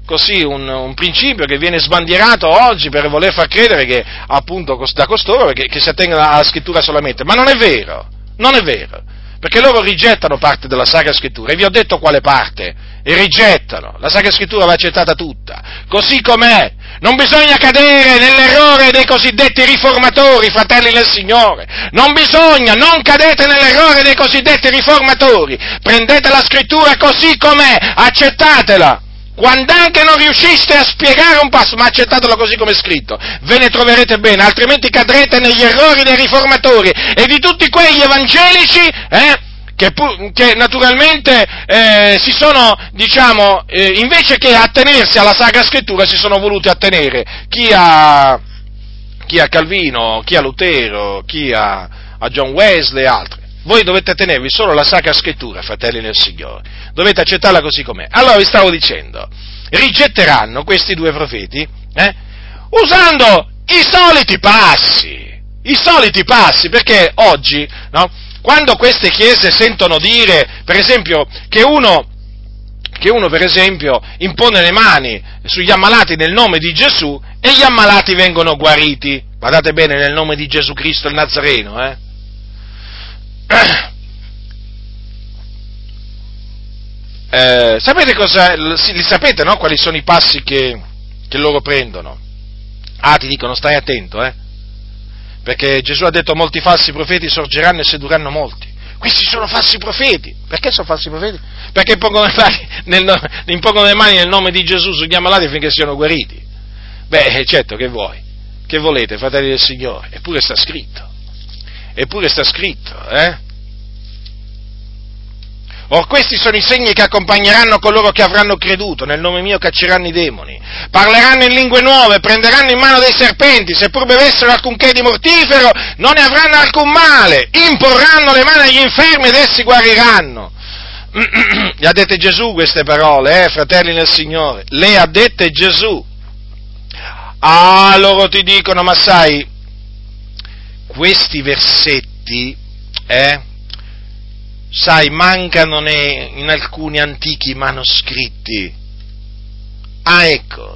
così un, un principio che viene sbandierato oggi per voler far credere che appunto da costoro che, che si attengono alla scrittura solamente, ma non è vero, non è vero, perché loro rigettano parte della Sacra Scrittura, e vi ho detto quale parte, e rigettano, la Sacra Scrittura va accettata tutta, così com'è. Non bisogna cadere nell'errore dei cosiddetti riformatori, fratelli del Signore. Non bisogna, non cadete nell'errore dei cosiddetti riformatori. Prendete la Scrittura così com'è, accettatela. Quando anche non riusciste a spiegare un passo, ma accettatelo così come è scritto, ve ne troverete bene, altrimenti cadrete negli errori dei riformatori e di tutti quegli evangelici, eh? Che, pu- che naturalmente eh, si sono, diciamo, eh, invece che attenersi alla Sacra Scrittura, si sono voluti attenere chi a, chi a Calvino, chi a Lutero, chi a, a John Wesley e altri. Voi dovete tenervi solo alla Sacra Scrittura, fratelli nel Signore, dovete accettarla così com'è. Allora vi stavo dicendo, rigetteranno questi due profeti, eh, usando i soliti passi, i soliti passi, perché oggi, no? Quando queste chiese sentono dire, per esempio, che uno, che uno, per esempio, impone le mani sugli ammalati nel nome di Gesù e gli ammalati vengono guariti, guardate bene, nel nome di Gesù Cristo il Nazareno, eh? eh sapete cosa, li sapete, no? Quali sono i passi che, che loro prendono? Ah, ti dicono, stai attento, eh? Perché Gesù ha detto molti falsi profeti sorgeranno e sedurranno molti. Questi sono falsi profeti. Perché sono falsi profeti? Perché impongono le mani nel, impongono le mani nel nome di Gesù sugli ammalati finché siano guariti. Beh, certo, che vuoi? Che volete, fratelli del Signore? Eppure sta scritto. Eppure sta scritto, eh? Or questi sono i segni che accompagneranno coloro che avranno creduto, nel nome mio cacceranno i demoni, parleranno in lingue nuove, prenderanno in mano dei serpenti, seppur bevessero alcunché di mortifero, non ne avranno alcun male, imporranno le mani agli infermi ed essi guariranno. Le ha dette Gesù queste parole, eh, fratelli nel Signore, le ha dette Gesù. Ah, loro ti dicono, ma sai, questi versetti, eh, sai, mancano in alcuni antichi manoscritti. Ah, ecco.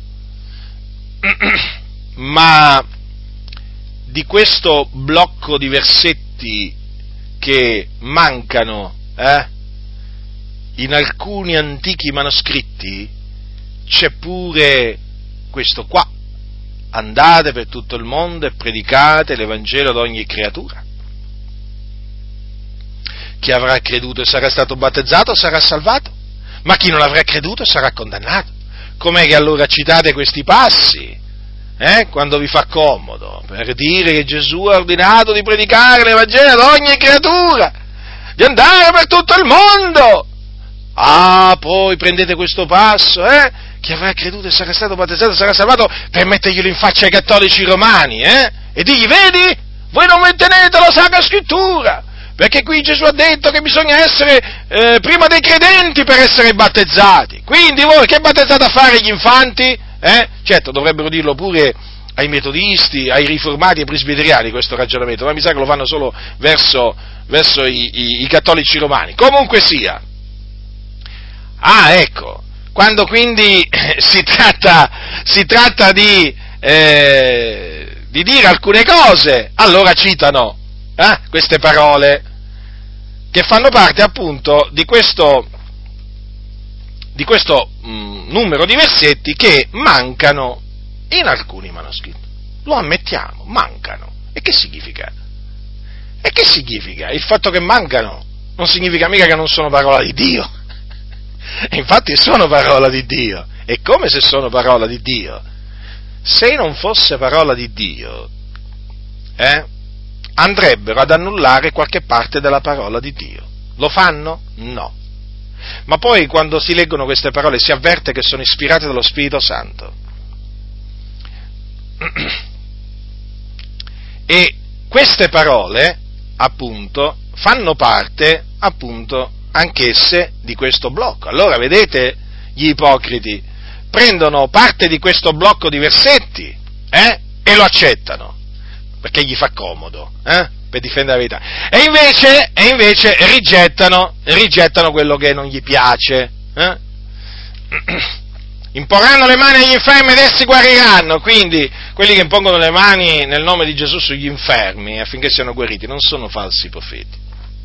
Ma di questo blocco di versetti che mancano, eh, in alcuni antichi manoscritti, c'è pure questo qua. Andate per tutto il mondo e predicate l'Evangelo ad ogni creatura. Chi avrà creduto e sarà stato battezzato sarà salvato, ma chi non avrà creduto sarà condannato. Com'è che allora citate questi passi, eh, quando vi fa comodo, per dire che Gesù ha ordinato di predicare l'Evangelo ad ogni creatura, di andare per tutto il mondo? Ah, poi prendete questo passo, eh, chi avrà creduto e sarà stato battezzato sarà salvato, per metterglielo in faccia ai cattolici romani, eh, e digli, vedi, voi non mantenete la Sacra Scrittura, perché qui Gesù ha detto che bisogna essere eh, prima dei credenti per essere battezzati. Quindi voi che battezzate a fare gli infanti? Eh? Certo, dovrebbero dirlo pure ai metodisti, ai riformati e ai presbiteriani questo ragionamento, ma mi sa che lo fanno solo verso, verso i, i, i cattolici romani. Comunque sia. Ah, ecco, quando quindi si tratta, si tratta di, eh, di dire alcune cose, allora citano eh, queste parole, che fanno parte appunto di questo, di questo mh, numero di versetti che mancano in alcuni manoscritti. Lo ammettiamo, mancano. E che significa? E che significa? Il fatto che mancano non significa mica che non sono parola di Dio. E infatti sono parola di Dio. E come se sono parola di Dio? Se non fosse parola di Dio, eh? andrebbero ad annullare qualche parte della parola di Dio. Lo fanno? No. Ma poi quando si leggono queste parole si avverte che sono ispirate dallo Spirito Santo. E queste parole, appunto, fanno parte, appunto, anch'esse di questo blocco. Allora, vedete, gli ipocriti prendono parte di questo blocco di versetti, eh, e lo accettano. Perché gli fa comodo, eh? Per difendere la verità. E invece, e invece rigettano, rigettano quello che non gli piace. Eh? Imporranno le mani agli infermi ed essi guariranno. Quindi quelli che impongono le mani nel nome di Gesù sugli infermi affinché siano guariti non sono falsi profeti.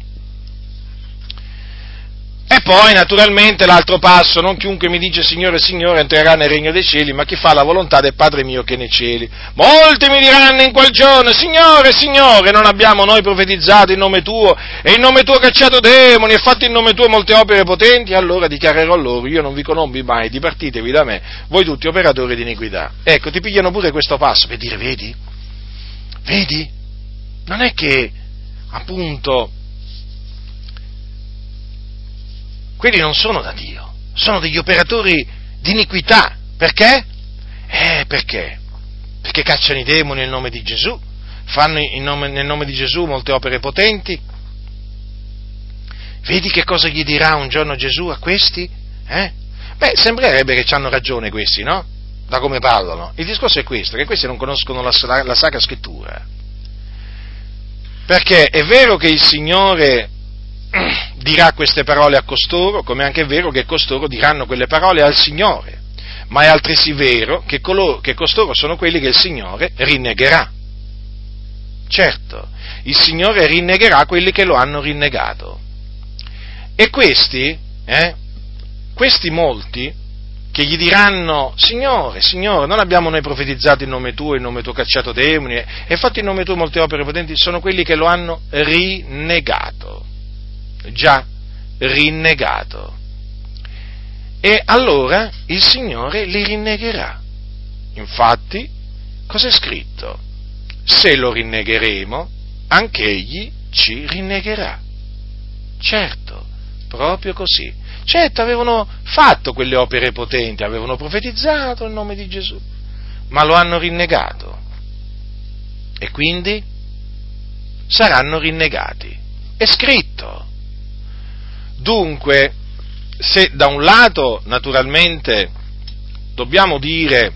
E poi, naturalmente, l'altro passo: non chiunque mi dice Signore, Signore entrerà nel regno dei cieli, ma chi fa la volontà del Padre mio che è nei cieli. Molti mi diranno in quel giorno: Signore, Signore, non abbiamo noi profetizzato in nome tuo, e in nome tuo cacciato demoni, e fatto in nome tuo molte opere potenti? Allora dichiarerò loro: io non vi conobbi mai, dipartitevi da me, voi tutti operatori di iniquità. Ecco, ti pigliano pure questo passo per dire: vedi? Vedi? Non è che, appunto, quelli non sono da Dio, sono degli operatori di iniquità. Perché? Eh, perché? Perché cacciano i demoni nel nome di Gesù, fanno in nome, nel nome di Gesù molte opere potenti. Vedi che cosa gli dirà un giorno Gesù a questi? Eh? Beh, sembrerebbe che ci hanno ragione questi, no? Da come parlano. Il discorso è questo, che questi non conoscono la, la Sacra Scrittura. Perché è vero che il Signore dirà queste parole a costoro, come anche è vero che costoro diranno quelle parole al Signore, ma è altresì vero che, coloro, che costoro sono quelli che il Signore rinnegherà. Certo, il Signore rinnegherà quelli che lo hanno rinnegato. E questi, eh, questi molti, che gli diranno: Signore, Signore, non abbiamo noi profetizzato in nome tuo, in nome tuo cacciato demoni, e fatto in nome tuo molte opere potenti, sono quelli che lo hanno rinnegato. Già, rinnegato. E allora il Signore li rinnegherà. Infatti, cos'è scritto? Se lo rinnegheremo, anche Egli ci rinnegherà. Certo, proprio così. Certo, avevano fatto quelle opere potenti, avevano profetizzato il nome di Gesù, ma lo hanno rinnegato. E quindi saranno rinnegati. È scritto. Dunque, se da un lato, naturalmente, dobbiamo dire,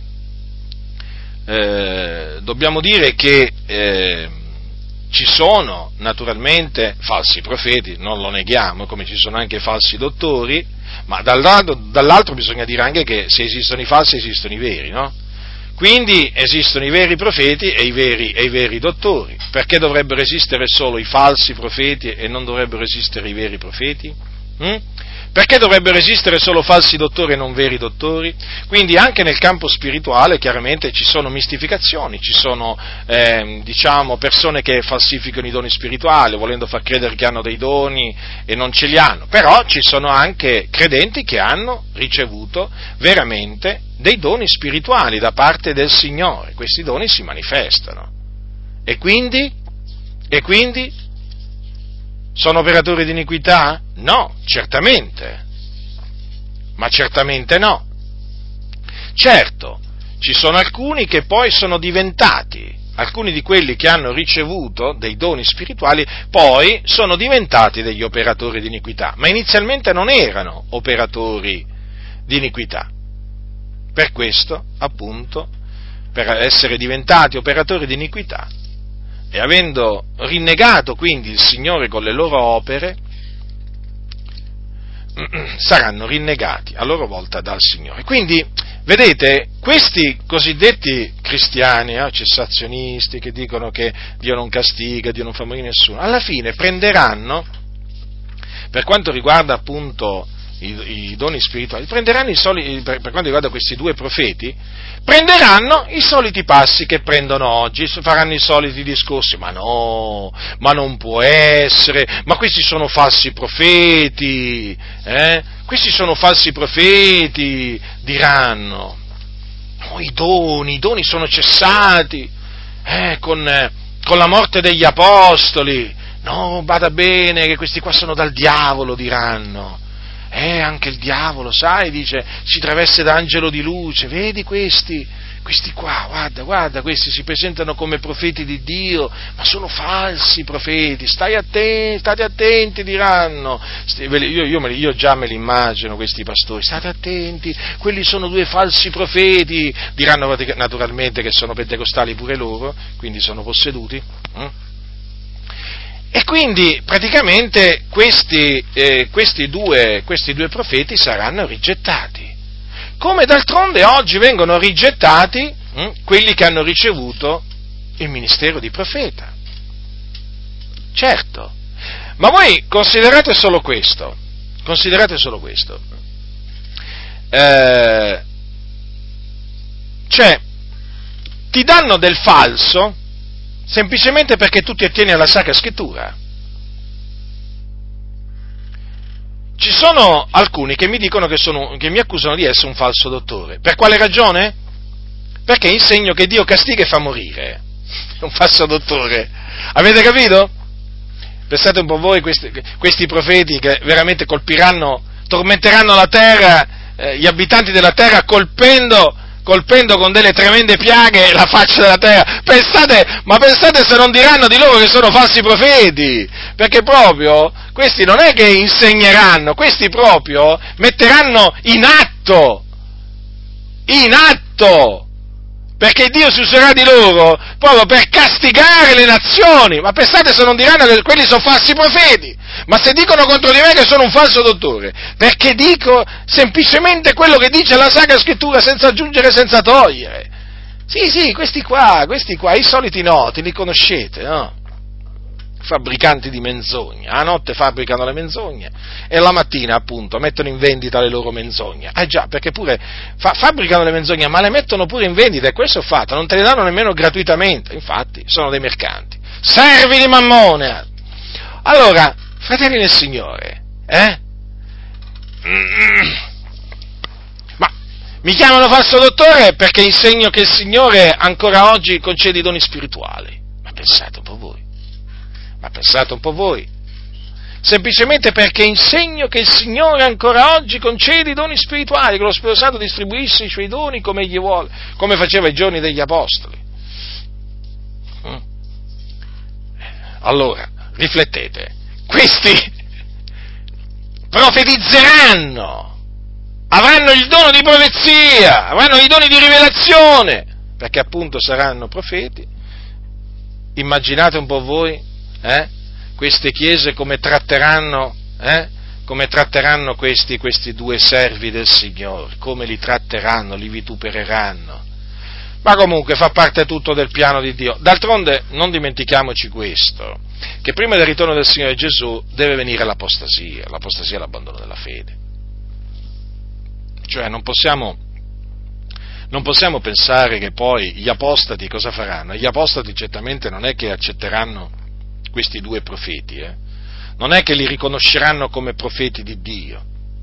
eh, dobbiamo dire che eh, ci sono, naturalmente, falsi profeti, non lo neghiamo, come ci sono anche falsi dottori, ma dall'altro, dall'altro bisogna dire anche che se esistono i falsi, esistono i veri, no? Quindi esistono i veri profeti e i veri, e i veri dottori. Perché dovrebbero esistere solo i falsi profeti e non dovrebbero esistere i veri profeti? Mm? Perché dovrebbero esistere solo falsi dottori e non veri dottori? Quindi anche nel campo spirituale chiaramente ci sono mistificazioni, ci sono eh, diciamo persone che falsificano i doni spirituali, volendo far credere che hanno dei doni e non ce li hanno, però ci sono anche credenti che hanno ricevuto veramente dei doni spirituali da parte del Signore. Questi doni si manifestano. E quindi? E quindi? Sono operatori di iniquità? No, certamente, ma certamente no. Certo, ci sono alcuni che poi sono diventati, alcuni di quelli che hanno ricevuto dei doni spirituali, poi sono diventati degli operatori di iniquità, ma inizialmente non erano operatori di iniquità. Per questo, appunto, per essere diventati operatori di iniquità, e avendo rinnegato quindi il Signore con le loro opere, saranno rinnegati a loro volta dal Signore. Quindi, vedete, questi cosiddetti cristiani, eh, cessazionisti, che dicono che Dio non castiga, Dio non fa morire nessuno, alla fine prenderanno, per quanto riguarda appunto i, i doni spirituali, prenderanno i soli, per, per quanto riguarda questi due profeti, prenderanno i soliti passi che prendono oggi, faranno i soliti discorsi: ma no, ma non può essere, ma questi sono falsi profeti, eh? Questi sono falsi profeti, diranno. No, i doni, i doni sono cessati, eh, con, eh, con la morte degli apostoli. No, bada bene che questi qua sono dal diavolo, diranno. Eh, anche il diavolo, sai, dice, si traveste da angelo di luce. Vedi questi, questi qua, guarda, guarda, questi si presentano come profeti di Dio, ma sono falsi profeti, stai attenti, state attenti, diranno. Io, io, io già me li immagino, questi pastori, state attenti, quelli sono due falsi profeti, diranno naturalmente che sono pentecostali pure loro, quindi sono posseduti. Hm? E quindi praticamente questi, eh, questi, due, questi due profeti saranno rigettati. come d'altronde oggi vengono rigettati hm, quelli che hanno ricevuto il ministero di profeta. Certo, ma voi considerate solo questo, considerate solo questo, eh, cioè ti danno del falso semplicemente perché tu ti attieni alla Sacra Scrittura. Ci sono alcuni che mi dicono che, sono, che mi accusano di essere un falso dottore. Per quale ragione? Perché insegno che Dio castiga e fa morire. È un falso dottore. Avete capito? Pensate un po' voi, questi, questi profeti che veramente colpiranno, tormenteranno la terra, eh, gli abitanti della terra colpendo, colpendo con delle tremende piaghe la faccia della terra. Pensate, ma pensate se non diranno di loro che sono falsi profeti, perché proprio questi non è che insegneranno, questi proprio metteranno in atto, in atto, perché Dio si userà di loro proprio per castigare le nazioni. Ma pensate se non diranno che quelli sono falsi profeti, ma se dicono contro di me che sono un falso dottore, perché dico semplicemente quello che dice la Sacra Scrittura senza aggiungere, senza togliere. Sì, sì, questi qua, questi qua, i soliti noti, li conoscete, no? Fabbricanti di menzogne, a notte fabbricano le menzogne e la mattina appunto mettono in vendita le loro menzogne. Ah già, perché pure fa, fabbricano le menzogne ma le mettono pure in vendita, e questo è fatto, non te le danno nemmeno gratuitamente, infatti sono dei mercanti, servi di Mammone. Allora, fratelli nel Signore, eh? Ma mi chiamano falso dottore perché insegno che il Signore ancora oggi concede i doni spirituali, ma pensate un po' voi. Ma pensate un po' voi, semplicemente perché insegno che il Signore ancora oggi concede i doni spirituali, che lo Spirito Santo distribuisce i suoi doni come egli vuole, come faceva ai giorni degli Apostoli. Allora, riflettete, questi profetizzeranno, avranno il dono di profezia, avranno i doni di rivelazione, perché appunto saranno profeti. Immaginate un po' voi, Eh? queste chiese come tratteranno, eh? come tratteranno questi, questi due servi del Signore, come li tratteranno, li vitupereranno. Ma comunque fa parte tutto del piano di Dio. D'altronde non dimentichiamoci questo, che prima del ritorno del Signore Gesù deve venire l'apostasia, l'apostasia è l'abbandono della fede. Cioè non possiamo, non possiamo pensare che poi gli apostati cosa faranno? Gli apostati certamente non è che accetteranno questi due profeti, eh? non è che li riconosceranno come profeti di Dio.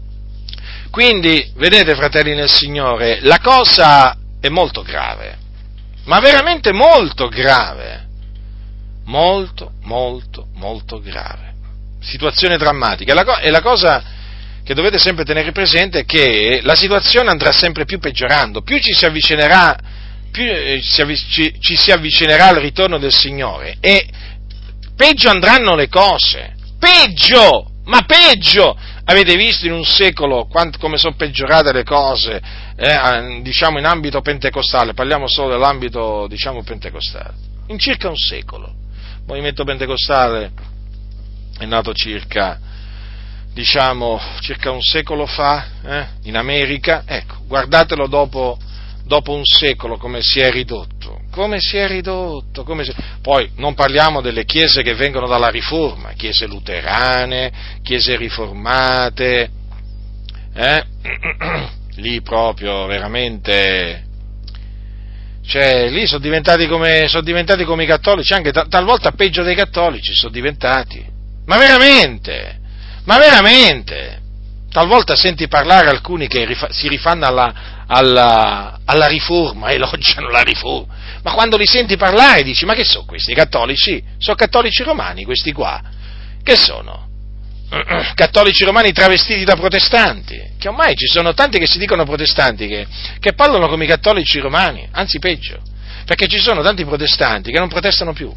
Quindi, vedete, fratelli nel Signore, la cosa è molto grave, ma veramente molto grave, molto, molto, molto grave, situazione drammatica, la co- e la cosa che dovete sempre tenere presente è che la situazione andrà sempre più peggiorando, più ci si avvicinerà, più eh, si avvic- ci, ci si avvicinerà al ritorno del Signore, e peggio andranno le cose, peggio, ma peggio. Avete visto in un secolo quanto, come sono peggiorate le cose, eh, diciamo in ambito pentecostale, parliamo solo dell'ambito, diciamo, pentecostale, in circa un secolo. Il movimento pentecostale è nato circa, diciamo, circa un secolo fa, eh, in America, ecco, guardatelo dopo, dopo un secolo come si è ridotto, come si è ridotto, come si... poi non parliamo delle chiese che vengono dalla Riforma, chiese luterane, chiese riformate, eh? lì proprio veramente, cioè lì sono diventati come, sono diventati come i cattolici, anche t- talvolta peggio dei cattolici sono diventati, ma veramente, ma veramente, talvolta senti parlare alcuni che rifa- si rifanno alla, alla, alla Riforma, elogiano la Riforma, ma quando li senti parlare dici, ma che sono questi cattolici? Sono cattolici romani questi qua? Che sono? Cattolici romani travestiti da protestanti, che ormai ci sono tanti che si dicono protestanti che, che parlano come i cattolici romani, anzi peggio, perché ci sono tanti protestanti che non protestano più,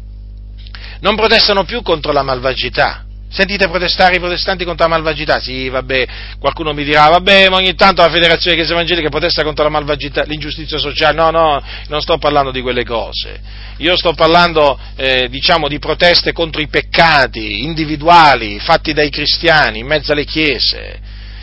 non protestano più contro la malvagità. Sentite protestare i protestanti contro la malvagità? Sì, vabbè, qualcuno mi dirà, vabbè, ma ogni tanto la Federazione Chiesa Evangelica protesta contro la malvagità, l'ingiustizia sociale. No, no, non sto parlando di quelle cose. Io sto parlando, eh, diciamo, di proteste contro i peccati individuali fatti dai cristiani in mezzo alle chiese.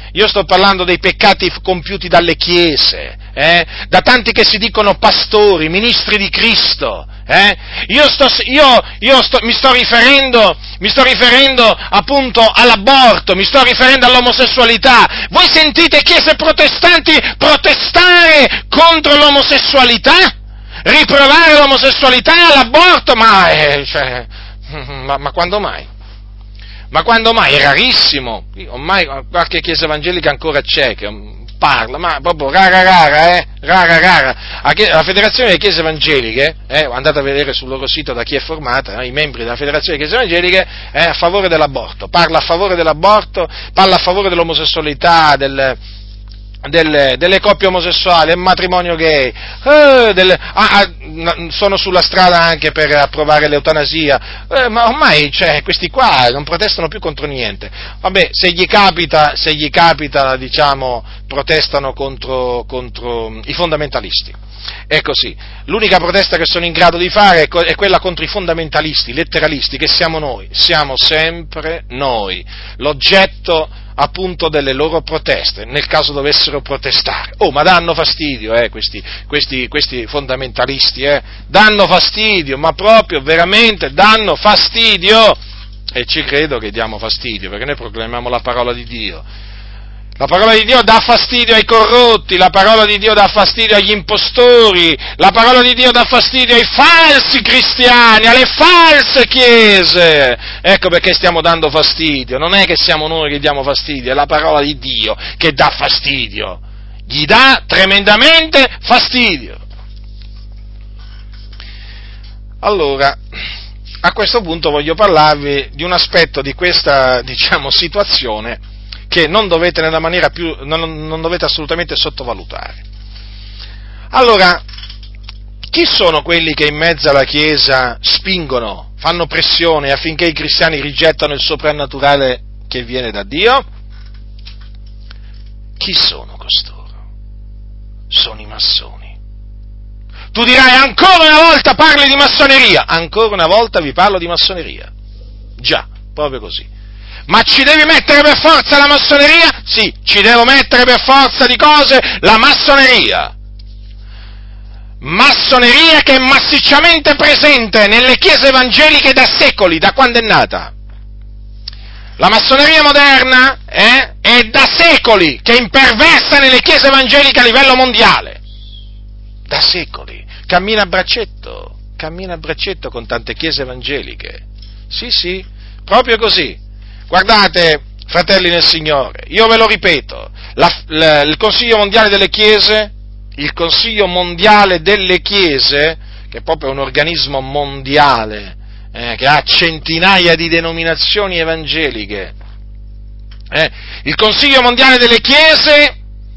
io sto parlando dei peccati compiuti dalle chiese, eh? Da tanti che si dicono pastori, ministri di Cristo, eh? Io, sto, io, io sto, mi sto riferendo, mi sto riferendo appunto all'aborto, mi sto riferendo all'omosessualità. Voi sentite chiese protestanti protestare contro l'omosessualità? Riprovare l'omosessualità e l'aborto? Ma, eh, cioè, ma, ma quando mai? Ma quando mai? È rarissimo. Ormai qualche chiesa evangelica ancora c'è che parla, ma proprio rara rara, eh? Rara rara. La Federazione delle Chiese Evangeliche, eh, andate a vedere sul loro sito da chi è formata, eh, i membri della Federazione delle Chiese Evangeliche, è a favore dell'aborto, parla a favore dell'aborto, parla a favore dell'omosessualità, del, del, delle coppie omosessuali, del matrimonio gay, eh, del, ah, ah, sono sulla strada anche per approvare l'eutanasia, eh, ma ormai cioè, questi qua non protestano più contro niente. Vabbè, se gli capita, se gli capita, diciamo, protestano contro, contro i fondamentalisti. È così. L'unica protesta che sono in grado di fare è quella contro i fondamentalisti, letteralisti, che siamo noi, siamo sempre noi, l'oggetto appunto delle loro proteste, nel caso dovessero protestare. Oh, ma danno fastidio, eh, questi, questi, questi fondamentalisti, eh, danno fastidio, ma proprio, veramente, danno fastidio, e ci credo che diamo fastidio, perché noi proclamiamo la parola di Dio. La parola di Dio dà fastidio ai corrotti, la parola di Dio dà fastidio agli impostori, la parola di Dio dà fastidio ai falsi cristiani, alle false chiese. Ecco perché stiamo dando fastidio, non è che siamo noi che diamo fastidio, è la parola di Dio che dà fastidio, gli dà tremendamente fastidio. Allora, a questo punto voglio parlarvi di un aspetto di questa, diciamo, situazione che non dovete nella maniera più, non, non dovete assolutamente sottovalutare. Allora, chi sono quelli che in mezzo alla Chiesa spingono, fanno pressione affinché i cristiani rigettano il soprannaturale che viene da Dio? Chi sono costoro? Sono i massoni. Tu dirai, ancora una volta parli di massoneria? Ancora una volta vi parlo di massoneria. Già, proprio così. Ma ci devi mettere per forza la massoneria? Sì, ci devo mettere per forza di cose la massoneria. Massoneria che è massicciamente presente nelle chiese evangeliche da secoli, da quando è nata. La massoneria moderna eh, è da secoli che imperversa nelle chiese evangeliche a livello mondiale. Da secoli. Cammina a braccetto, cammina a braccetto con tante chiese evangeliche. Sì, sì, proprio così. Guardate, fratelli nel Signore, io ve lo ripeto, la, la, il Consiglio Mondiale delle Chiese, il Consiglio Mondiale delle Chiese, che è proprio un organismo mondiale, eh, che ha centinaia di denominazioni evangeliche, eh, il Consiglio Mondiale delle Chiese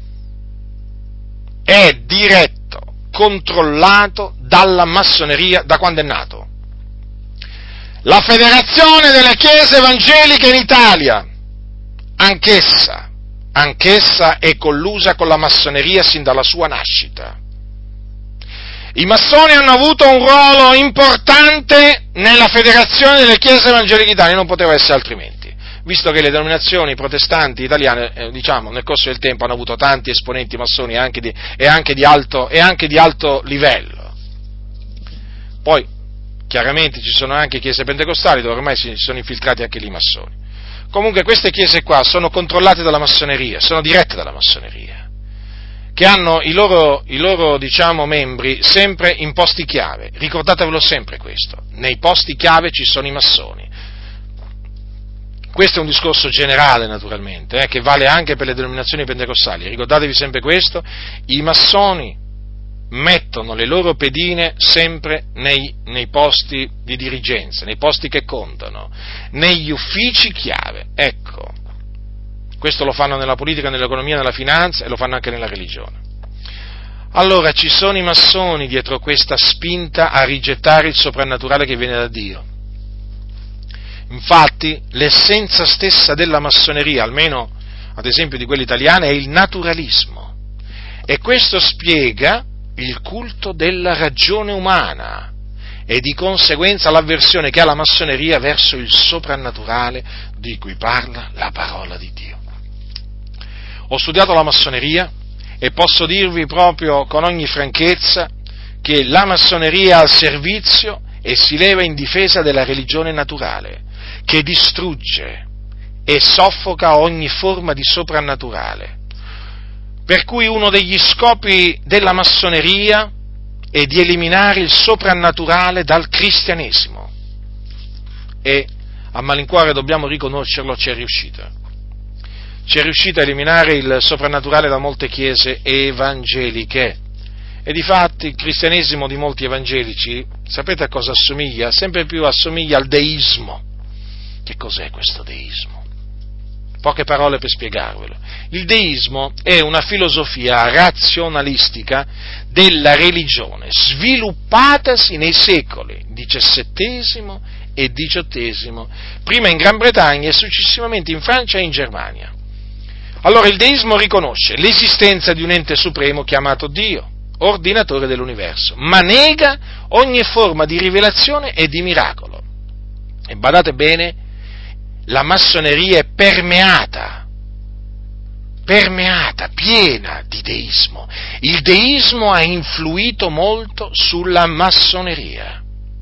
è diretto, controllato dalla massoneria da quando è nato. La Federazione delle Chiese Evangeliche in Italia, anch'essa, anch'essa è collusa con la massoneria sin dalla sua nascita. I massoni hanno avuto un ruolo importante nella Federazione delle Chiese Evangeliche Italia, non poteva essere altrimenti, visto che le denominazioni protestanti italiane, eh, diciamo, nel corso del tempo hanno avuto tanti esponenti massoni anche di, e, anche di alto, e anche di alto livello. Poi, chiaramente ci sono anche chiese pentecostali dove ormai si sono infiltrati anche lì massoni. Comunque queste chiese qua sono controllate dalla massoneria, sono dirette dalla massoneria, che hanno i loro, i loro diciamo, membri sempre in posti chiave. Ricordatevelo sempre questo, nei posti chiave ci sono i massoni. Questo è un discorso generale naturalmente, eh, che vale anche per le denominazioni pentecostali. Ricordatevi sempre questo, i massoni mettono le loro pedine sempre nei, nei posti di dirigenza, nei posti che contano, negli uffici chiave. Ecco, questo lo fanno nella politica, nell'economia, nella finanza e lo fanno anche nella religione. Allora ci sono i massoni dietro questa spinta a rigettare il soprannaturale che viene da Dio. Infatti l'essenza stessa della massoneria, almeno ad esempio di quella italiana, è il naturalismo, e questo spiega il culto della ragione umana e di conseguenza l'avversione che ha la massoneria verso il soprannaturale di cui parla la parola di Dio. Ho studiato la massoneria e posso dirvi proprio con ogni franchezza che la massoneria è al servizio e si leva in difesa della religione naturale, che distrugge e soffoca ogni forma di soprannaturale. Per cui uno degli scopi della massoneria è di eliminare il soprannaturale dal cristianesimo. E a malincuore dobbiamo riconoscerlo, ci è riuscita. Ci è riuscita a eliminare il soprannaturale da molte chiese evangeliche. E difatti il cristianesimo di molti evangelici, sapete a cosa assomiglia? Sempre più assomiglia al deismo. Che cos'è questo deismo? Poche parole per spiegarvelo. Il deismo è una filosofia razionalistica della religione, sviluppatasi nei secoli diciassettesimo e diciottesimo, prima in Gran Bretagna e successivamente in Francia e in Germania. Allora il deismo riconosce l'esistenza di un ente supremo chiamato Dio, ordinatore dell'universo, ma nega ogni forma di rivelazione e di miracolo. E badate bene, la massoneria è permeata, permeata, piena di deismo. Il deismo ha influito molto sulla massoneria.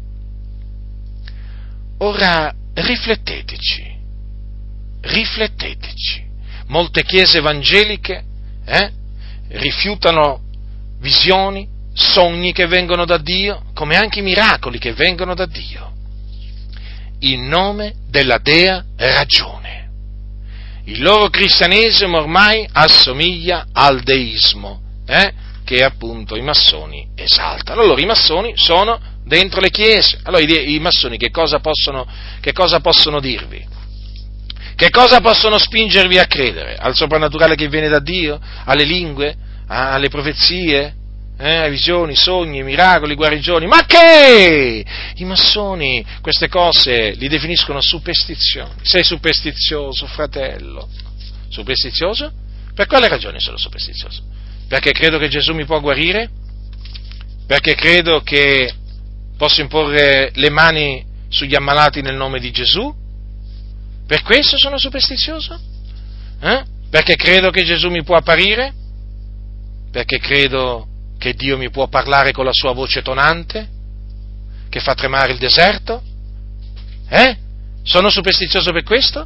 Ora rifletteteci, rifletteteci. Molte chiese evangeliche eh, rifiutano visioni, sogni che vengono da Dio, come anche i miracoli che vengono da Dio, in nome della dea ragione. Il loro cristianesimo ormai assomiglia al deismo, eh, che appunto i massoni esaltano. Allora i massoni sono dentro le chiese. Allora i, i massoni che cosa possono, che cosa possono dirvi? Che cosa possono spingervi a credere? Al soprannaturale che viene da Dio? Alle lingue? Alle profezie? Eh, visioni, sogni, miracoli, guarigioni? Ma che? I massoni queste cose li definiscono superstizioni. Sei superstizioso, fratello? Superstizioso? Per quale ragione sono superstizioso? Perché credo che Gesù mi può guarire? Perché credo che posso imporre le mani sugli ammalati nel nome di Gesù? Per questo sono superstizioso? Eh? Perché credo che Gesù mi può apparire? Perché credo che Dio mi può parlare con la sua voce tonante, che fa tremare il deserto? Eh? Sono superstizioso per questo?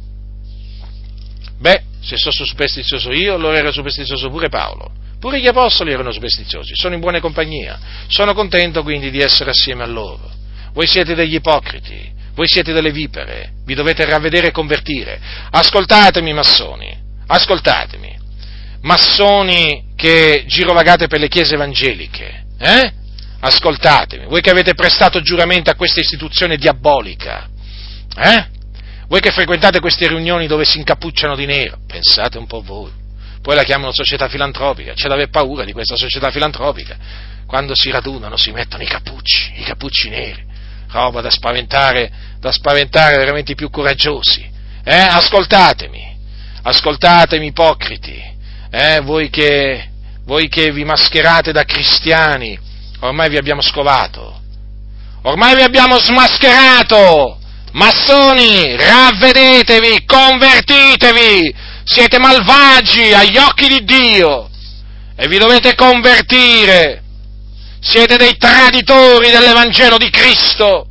Beh, se sono superstizioso io, allora era superstizioso pure Paolo. Pure gli apostoli erano superstiziosi, sono in buona compagnia. Sono contento quindi di essere assieme a loro. Voi siete degli ipocriti, voi siete delle vipere, vi dovete ravvedere e convertire. Ascoltatemi, massoni, ascoltatemi. Massoni che girovagate per le chiese evangeliche, eh? Ascoltatemi, voi che avete prestato giuramento a questa istituzione diabolica, eh? Voi che frequentate queste riunioni dove si incappucciano di nero, pensate un po' voi, poi la chiamano società filantropica, c'è da aver paura di questa società filantropica, quando si radunano si mettono i cappucci, i cappucci neri, roba da spaventare, da spaventare veramente i più coraggiosi, eh? Ascoltatemi, ascoltatemi ipocriti. Eh, voi, che, voi che vi mascherate da cristiani, ormai vi abbiamo scovato, ormai vi abbiamo smascherato, massoni, ravvedetevi, convertitevi, siete malvagi agli occhi di Dio e vi dovete convertire, siete dei traditori dell'Evangelo di Cristo,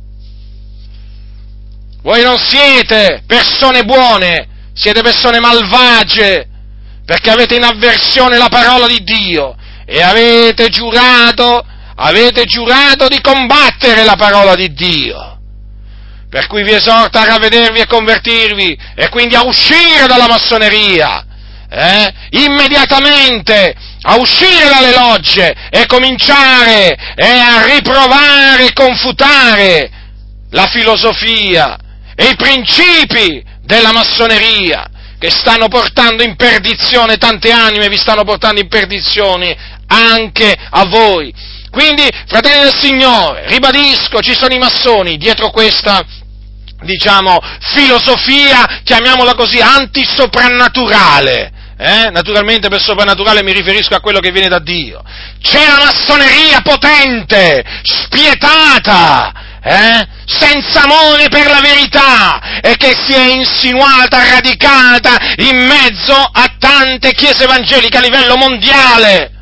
voi non siete persone buone, siete persone malvagie, perché avete in avversione la parola di Dio e avete giurato, avete giurato di combattere la parola di Dio. Per cui vi esorto a ravvedervi e convertirvi e quindi a uscire dalla massoneria, eh? immediatamente a uscire dalle logge e cominciare eh, a riprovare e confutare la filosofia e i principi della massoneria, che stanno portando in perdizione tante anime, vi stanno portando in perdizione anche a voi. Quindi, fratelli del Signore, ribadisco, ci sono i massoni dietro questa, diciamo, filosofia, chiamiamola così, antisoprannaturale. Eh? Naturalmente per soprannaturale mi riferisco a quello che viene da Dio. C'è la massoneria potente, spietata, eh? senza amore per la verità e che si è insinuata, radicata in mezzo a tante chiese evangeliche a livello mondiale.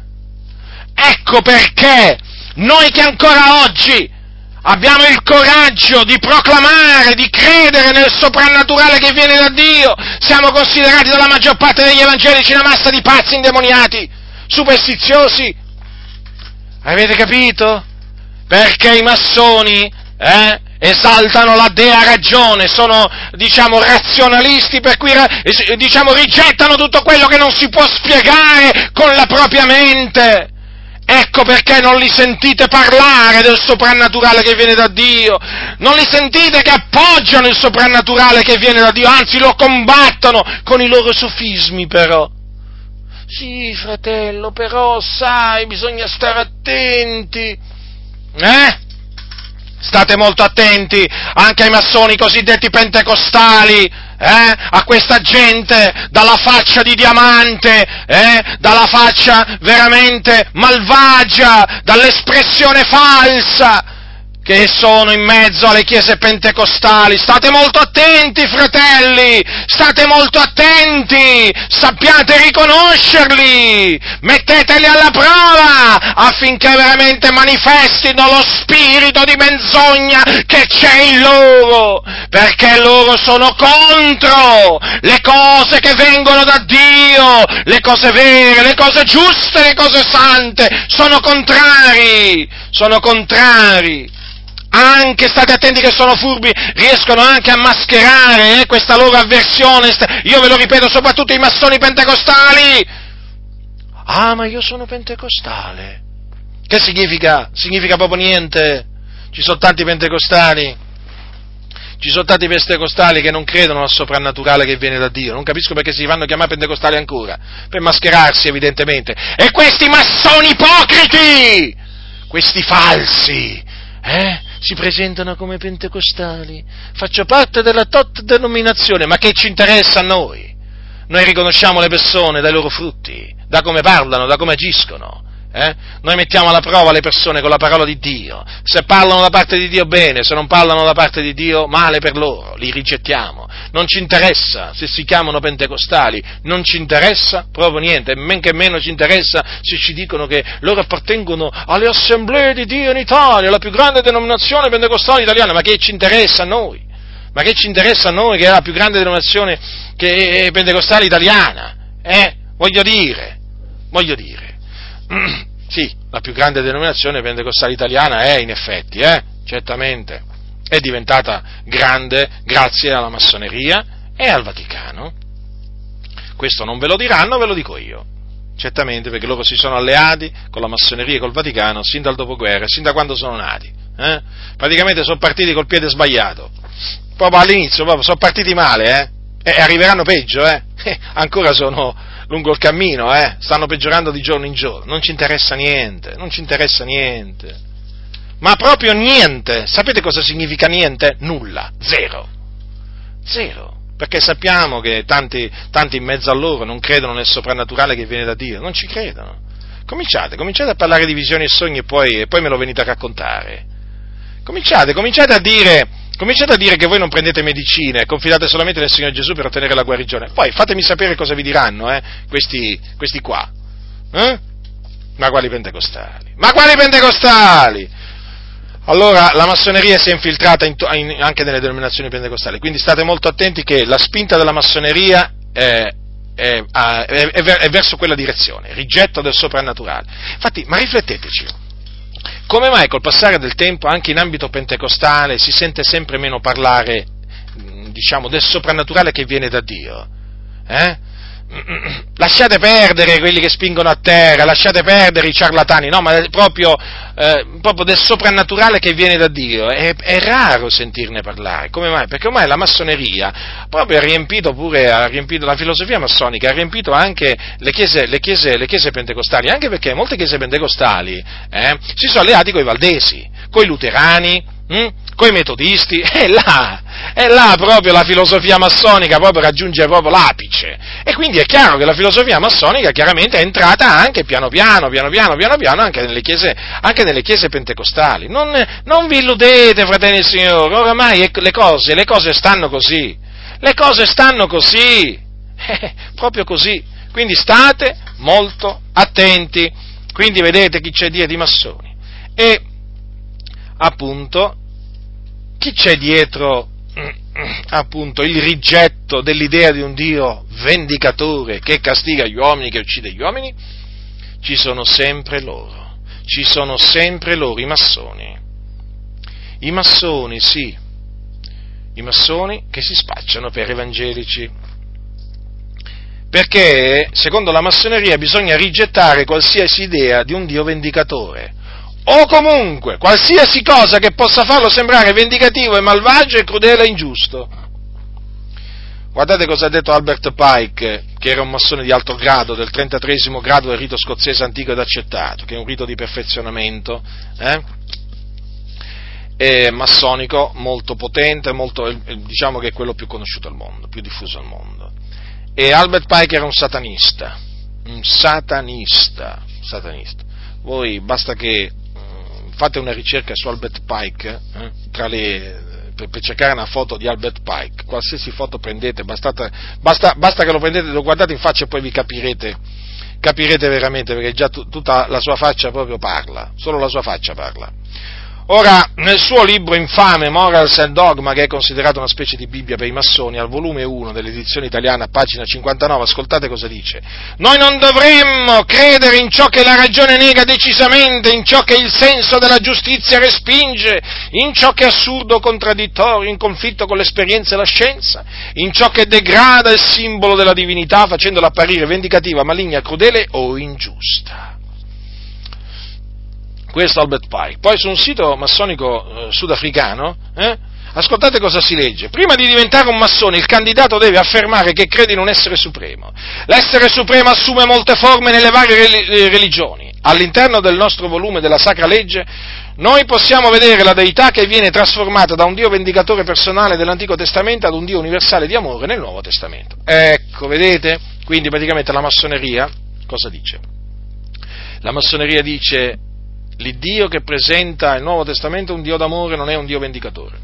Ecco perché noi che ancora oggi abbiamo il coraggio di proclamare, di credere nel soprannaturale che viene da Dio, siamo considerati dalla maggior parte degli evangelici una massa di pazzi indemoniati, superstiziosi. Avete capito? Perché i massoni eh, esaltano la dea ragione, sono, diciamo, razionalisti, per cui, diciamo, rigettano tutto quello che non si può spiegare con la propria mente. Ecco perché non li sentite parlare del soprannaturale che viene da Dio, non li sentite che appoggiano il soprannaturale che viene da Dio, anzi lo combattono con i loro sofismi però. Sì, fratello, però sai, bisogna stare attenti, eh? State molto attenti anche ai massoni cosiddetti pentecostali, eh? A questa gente dalla faccia di diamante, eh? Dalla faccia veramente malvagia, dall'espressione falsa, che sono in mezzo alle chiese pentecostali. State molto attenti, fratelli, state molto attenti, sappiate riconoscerli, metteteli alla prova affinché veramente manifestino lo spirito di menzogna che c'è in loro, perché loro sono contro le cose che vengono da Dio, le cose vere, le cose giuste, le cose sante, sono contrari, sono contrari. Anche, state attenti che sono furbi, riescono anche a mascherare eh, questa loro avversione, io ve lo ripeto, soprattutto i massoni pentecostali. Ah, ma io sono pentecostale. Che significa? Significa proprio niente. Ci sono tanti pentecostali, ci sono tanti pentecostali che non credono al soprannaturale che viene da Dio, non capisco perché si fanno chiamare pentecostali ancora, per mascherarsi evidentemente. E questi massoni ipocriti, questi falsi, eh? Si presentano come pentecostali, faccio parte della tot denominazione, ma che ci interessa a noi? Noi riconosciamo le persone dai loro frutti, da come parlano, da come agiscono, eh? Noi mettiamo alla prova le persone con la parola di Dio, se parlano da parte di Dio bene, se non parlano da parte di Dio male per loro, li rigettiamo, non ci interessa se si chiamano pentecostali, non ci interessa proprio niente, e men che meno ci interessa se ci dicono che loro appartengono alle assemblee di Dio in Italia, la più grande denominazione pentecostale italiana, ma che ci interessa a noi? Ma che ci interessa a noi che è la più grande denominazione che è pentecostale italiana? Eh? Voglio dire, voglio dire. Sì, la più grande denominazione pentecostale italiana è in effetti, eh, certamente, è diventata grande grazie alla massoneria e al Vaticano. Questo non ve lo diranno, ve lo dico io, certamente, perché loro si sono alleati con la massoneria e col Vaticano sin dal dopoguerra, sin da quando sono nati. Eh? Praticamente sono partiti col piede sbagliato, proprio all'inizio, proprio, sono partiti male, eh? E arriveranno peggio, eh? Eh, ancora sono lungo il cammino, eh? Stanno peggiorando di giorno in giorno, non ci interessa niente, non ci interessa niente, ma proprio niente. Sapete cosa significa niente? Nulla, zero, zero, perché sappiamo che tanti, tanti in mezzo a loro non credono nel soprannaturale che viene da Dio, non ci credono. Cominciate, cominciate a parlare di visioni e sogni e poi, e poi me lo venite a raccontare. Cominciate, cominciate a dire... Cominciate a dire che voi non prendete medicine, confidate solamente nel Signore Gesù per ottenere la guarigione. Poi fatemi sapere cosa vi diranno, eh, questi, questi qua. Eh? Ma quali pentecostali? Ma quali pentecostali? Allora, la massoneria si è infiltrata in, in, anche nelle denominazioni pentecostali, quindi state molto attenti che la spinta della massoneria è, è, è, è, è verso quella direzione, rigetto del soprannaturale. Infatti, ma rifletteteci. Come mai col passare del tempo anche in ambito pentecostale si sente sempre meno parlare, diciamo, del soprannaturale che viene da Dio? Eh? Lasciate perdere quelli che spingono a terra, lasciate perdere i ciarlatani, no, ma proprio, eh, proprio del soprannaturale che viene da Dio. È, è raro sentirne parlare. Come mai? Perché ormai la massoneria proprio ha riempito pure, ha riempito la filosofia massonica, ha riempito anche le chiese, le chiese, le chiese pentecostali, anche perché molte chiese pentecostali eh, si sono alleati coi valdesi, coi luterani, hm? coi metodisti, è là, è là proprio la filosofia massonica, proprio raggiunge proprio l'apice. E quindi è chiaro che la filosofia massonica chiaramente è entrata anche piano piano, piano piano, piano piano, anche nelle chiese, anche nelle chiese pentecostali. Non, non vi illudete, fratelli del Signore, oramai le cose, le cose stanno così, le cose stanno così, eh, proprio così. Quindi state molto attenti. Quindi vedete chi c'è dietro i massoni. E appunto, chi c'è dietro appunto il rigetto dell'idea di un Dio vendicatore che castiga gli uomini, che uccide gli uomini? Ci sono sempre loro, ci sono sempre loro, i massoni. I massoni, sì, i massoni che si spacciano per evangelici. Perché, secondo la massoneria, bisogna rigettare qualsiasi idea di un Dio vendicatore, o comunque qualsiasi cosa che possa farlo sembrare vendicativo e malvagio e crudele e ingiusto. Guardate cosa ha detto Albert Pike, che era un massone di alto grado, del trentatreesimo grado del rito scozzese antico ed accettato, che è un rito di perfezionamento, eh? E massonico molto potente, molto, diciamo che è quello più conosciuto al mondo, più diffuso al mondo. E Albert Pike era un satanista, un satanista, satanista. Voi basta che fate una ricerca su Albert Pike, eh, tra le, per, per cercare una foto di Albert Pike, qualsiasi foto prendete, bastate, basta, basta che lo prendete, lo guardate in faccia e poi vi capirete, capirete veramente, perché già t- tutta la sua faccia proprio parla, solo la sua faccia parla. Ora, nel suo libro infame Morals and Dogma, che è considerato una specie di Bibbia per i massoni, al volume uno dell'edizione italiana, a pagina cinquantanove, ascoltate cosa dice. Noi non dovremmo credere in ciò che la ragione nega decisamente, in ciò che il senso della giustizia respinge, in ciò che è assurdo, contraddittorio, in conflitto con l'esperienza e la scienza, in ciò che degrada il simbolo della divinità, facendola apparire vendicativa, maligna, crudele o ingiusta. Questo Albert Pike. Poi su un sito massonico eh, sudafricano, eh, ascoltate cosa si legge. Prima di diventare un massone il candidato deve affermare che crede in un essere supremo. L'essere supremo assume molte forme nelle varie religioni. All'interno del nostro volume della Sacra Legge noi possiamo vedere la deità che viene trasformata da un Dio vendicatore personale dell'Antico Testamento ad un Dio universale di amore nel Nuovo Testamento. Ecco, vedete? Quindi praticamente la massoneria cosa dice? La massoneria dice: l'Iddio che presenta il Nuovo Testamento è un Dio d'amore, non è un Dio vendicatore.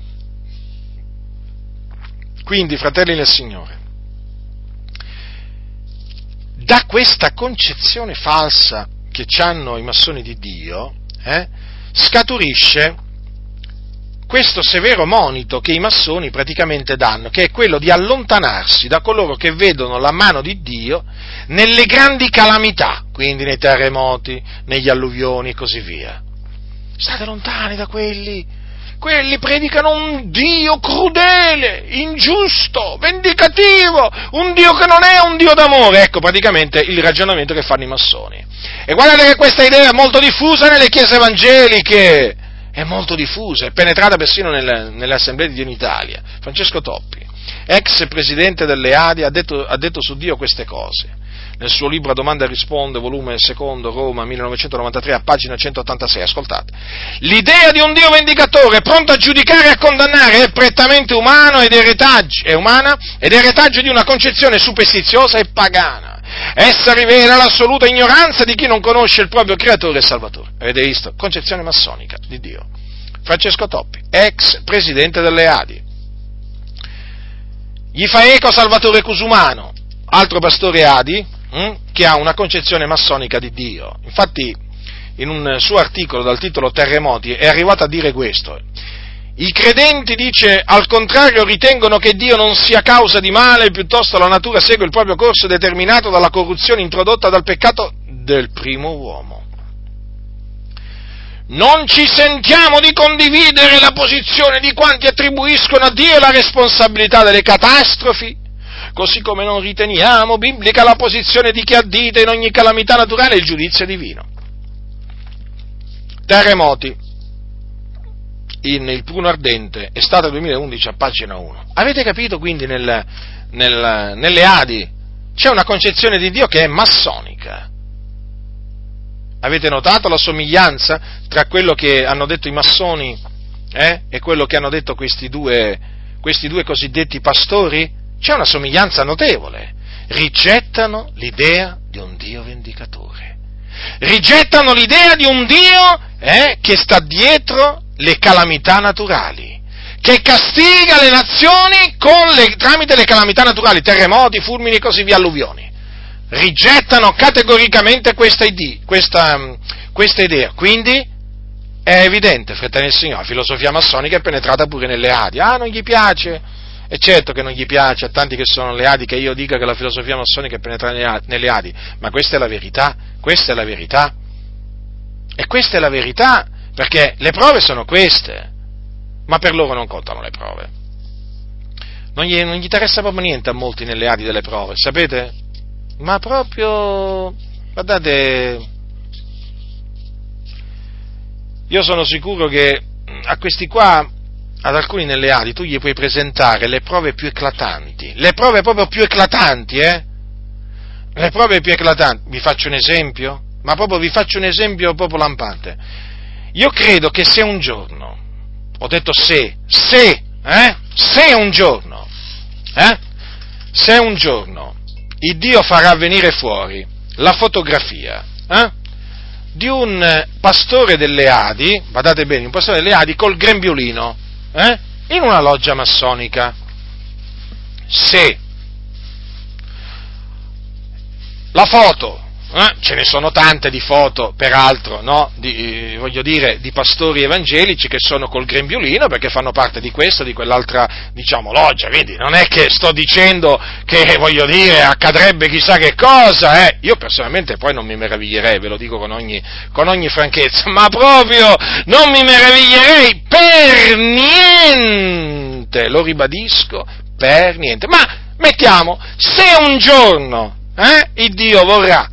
Quindi, fratelli del Signore, da questa concezione falsa che hanno i massoni di Dio, eh, scaturisce questo severo monito che i massoni praticamente danno, che è quello di allontanarsi da coloro che vedono la mano di Dio nelle grandi calamità, quindi nei terremoti, negli alluvioni e così via. State lontani da quelli, quelli predicano un Dio crudele, ingiusto, vendicativo, un Dio che non è un Dio d'amore. Ecco praticamente il ragionamento che fanno i massoni. E guardate che questa idea è molto diffusa nelle chiese evangeliche, è molto diffusa, è penetrata persino nelle, nelle assemblee di Dio in Italia. Francesco Toppi, ex presidente delle A D I, ha detto, ha detto su Dio queste cose. Nel suo libro A domanda e risponde, volume secondo, Roma, millenovecentonovantatré, a pagina centottantasei, ascoltate. L'idea di un Dio vendicatore, pronto a giudicare e a condannare, è prettamente umano ed eretaggio, è umana ed è retaggio di una concezione superstiziosa e pagana. Essa rivela l'assoluta ignoranza di chi non conosce il proprio creatore e salvatore. Avete visto? Concezione massonica di Dio. Francesco Toppi, ex presidente delle A D I. Gli fa eco Salvatore Cusumano, altro pastore A D I, hm, che ha una concezione massonica di Dio. Infatti, in un suo articolo dal titolo Terremoti, è arrivato a dire questo. I credenti, dice, al contrario, ritengono che Dio non sia causa di male, piuttosto la natura segue il proprio corso determinato dalla corruzione introdotta dal peccato del primo uomo. Non ci sentiamo di condividere la posizione di quanti attribuiscono a Dio la responsabilità delle catastrofi, così come non riteniamo biblica la posizione di chi addita in ogni calamità naturale il giudizio divino. Terremoti. In Il Pruno Ardente, estate duemilaundici, a pagina uno. Avete capito quindi nel, nel, nelle A D I c'è una concezione di Dio che è massonica. Avete notato la somiglianza tra quello che hanno detto i massoni eh, e quello che hanno detto questi due, questi due cosiddetti pastori? C'è una somiglianza notevole. Rigettano l'idea di un Dio vendicatore. Rigettano l'idea di un Dio eh, che sta dietro le calamità naturali, che castiga le nazioni con le, tramite le calamità naturali, terremoti, fulmini e così via, alluvioni. Rigettano categoricamente questa, idea, questa, questa idea. Quindi è evidente, fratelli del Signore, la filosofia massonica è penetrata pure nelle Adi. Ah, non gli piace? È certo che non gli piace a tanti che sono le Adi che io dica che la filosofia massonica è penetrata nelle Adi, ma questa è la verità, questa è la verità. E questa è la verità, perché le prove sono queste, ma per loro non contano le prove. Non gli, non gli interessa proprio niente a molti nelle Adi delle prove, sapete? Ma proprio, guardate, io sono sicuro che a questi qua, ad alcuni nelle Adi, tu gli puoi presentare le prove più eclatanti, le prove proprio più eclatanti, eh? Le prove più eclatanti. Vi faccio un esempio? Ma proprio vi faccio un esempio proprio lampante. Io credo che se un giorno, ho detto se, se, eh? Se un giorno, eh? Se un giorno il Dio farà venire fuori la fotografia, eh? Di un pastore delle Adi, badate bene, un pastore delle Adi col grembiulino, eh? In una loggia massonica, se la foto, eh? Ce ne sono tante di foto, peraltro, no? Di, eh, voglio dire, di pastori evangelici che sono col grembiulino perché fanno parte di questa o di quell'altra, diciamo, loggia, quindi non è che sto dicendo che, voglio dire, accadrebbe chissà che cosa, eh? Io personalmente poi non mi meraviglierei, ve lo dico con ogni, con ogni franchezza, ma proprio non mi meraviglierei per niente, lo ribadisco, per niente, ma mettiamo, se un giorno, eh, il Dio vorrà,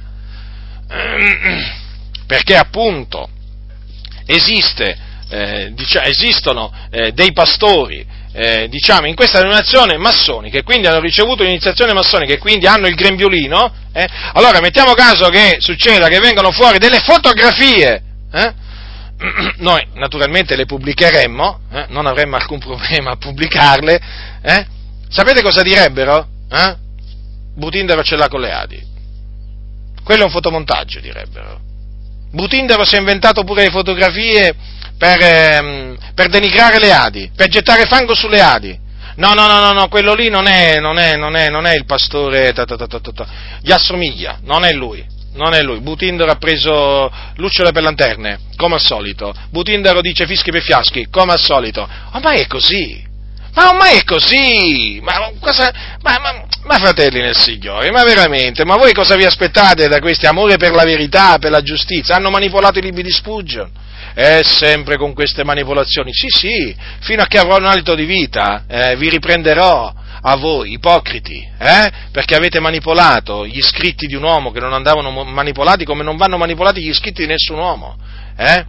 perché appunto esiste, eh, diciamo, esistono eh, dei pastori, eh, diciamo, in questa denominazione massonica e quindi hanno ricevuto l'iniziazione massonica e quindi hanno il grembiulino, eh, allora mettiamo caso che succeda che vengano fuori delle fotografie, eh, noi naturalmente le pubblicheremmo, eh, non avremmo alcun problema a pubblicarle, eh, sapete cosa direbbero? Eh? Butindaro ce l'ha con le Adi. Quello è un fotomontaggio, direbbero. Butindaro si è inventato pure le fotografie per, ehm, per denigrare le Adi, per gettare fango sulle Adi. No, no, no, no, no, quello lì non è, non è, non è, non è il pastore, ta, ta, ta, ta, ta. Gli assomiglia, non è lui, non è lui. Butindaro ha preso lucciole per lanterne, come al solito. Butindaro dice fischi per fiaschi, come al solito. Ormai è così. Ma ormai è così, ma cosa, ma, ma, ma fratelli nel Signore, ma veramente, ma voi cosa vi aspettate da questi amore per la verità, per la giustizia? Hanno manipolato i libri di Spurgeon, e sempre con queste manipolazioni, sì sì, fino a che avrò un alito di vita, eh, vi riprenderò a voi, ipocriti, eh, perché avete manipolato gli scritti di un uomo che non andavano manipolati come non vanno manipolati gli scritti di nessun uomo, eh?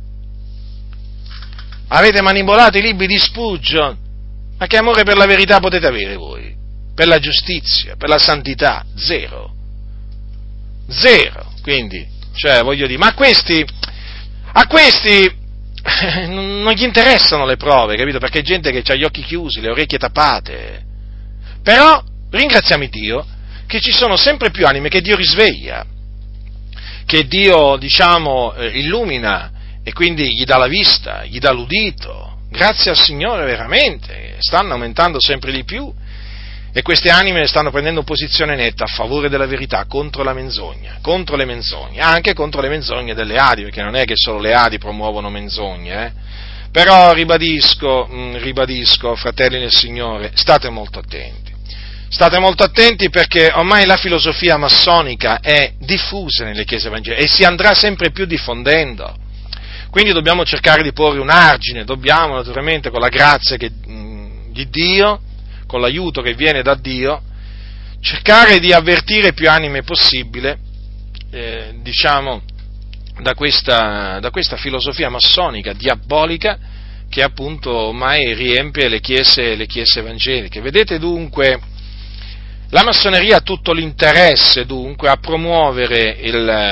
Avete manipolato i libri di Spurgeon. Ma che amore per la verità potete avere voi? Per la giustizia, per la santità? Zero. Zero. Quindi, cioè, voglio dire, ma a questi, a questi eh, non gli interessano le prove, capito? Perché è gente che ha gli occhi chiusi, le orecchie tappate. Però, ringraziamo Dio, che ci sono sempre più anime che Dio risveglia, che Dio, diciamo, eh, illumina e quindi gli dà la vista, gli dà l'udito. Grazie al Signore veramente, stanno aumentando sempre di più e queste anime stanno prendendo posizione netta a favore della verità contro la menzogna, contro le menzogne, anche contro le menzogne delle Adi, perché non è che solo le Adi promuovono menzogne, eh? Però ribadisco, mh, ribadisco, fratelli nel Signore, state molto attenti, state molto attenti perché ormai la filosofia massonica è diffusa nelle chiese evangeliche e si andrà sempre più diffondendo. Quindi dobbiamo cercare di porre un argine, dobbiamo naturalmente con la grazia che, mh, di Dio, con l'aiuto che viene da Dio, cercare di avvertire più anime possibile, eh, diciamo, da questa, da questa filosofia massonica diabolica che appunto ormai riempie le chiese, le chiese evangeliche. Vedete dunque, la massoneria ha tutto l'interesse dunque a promuovere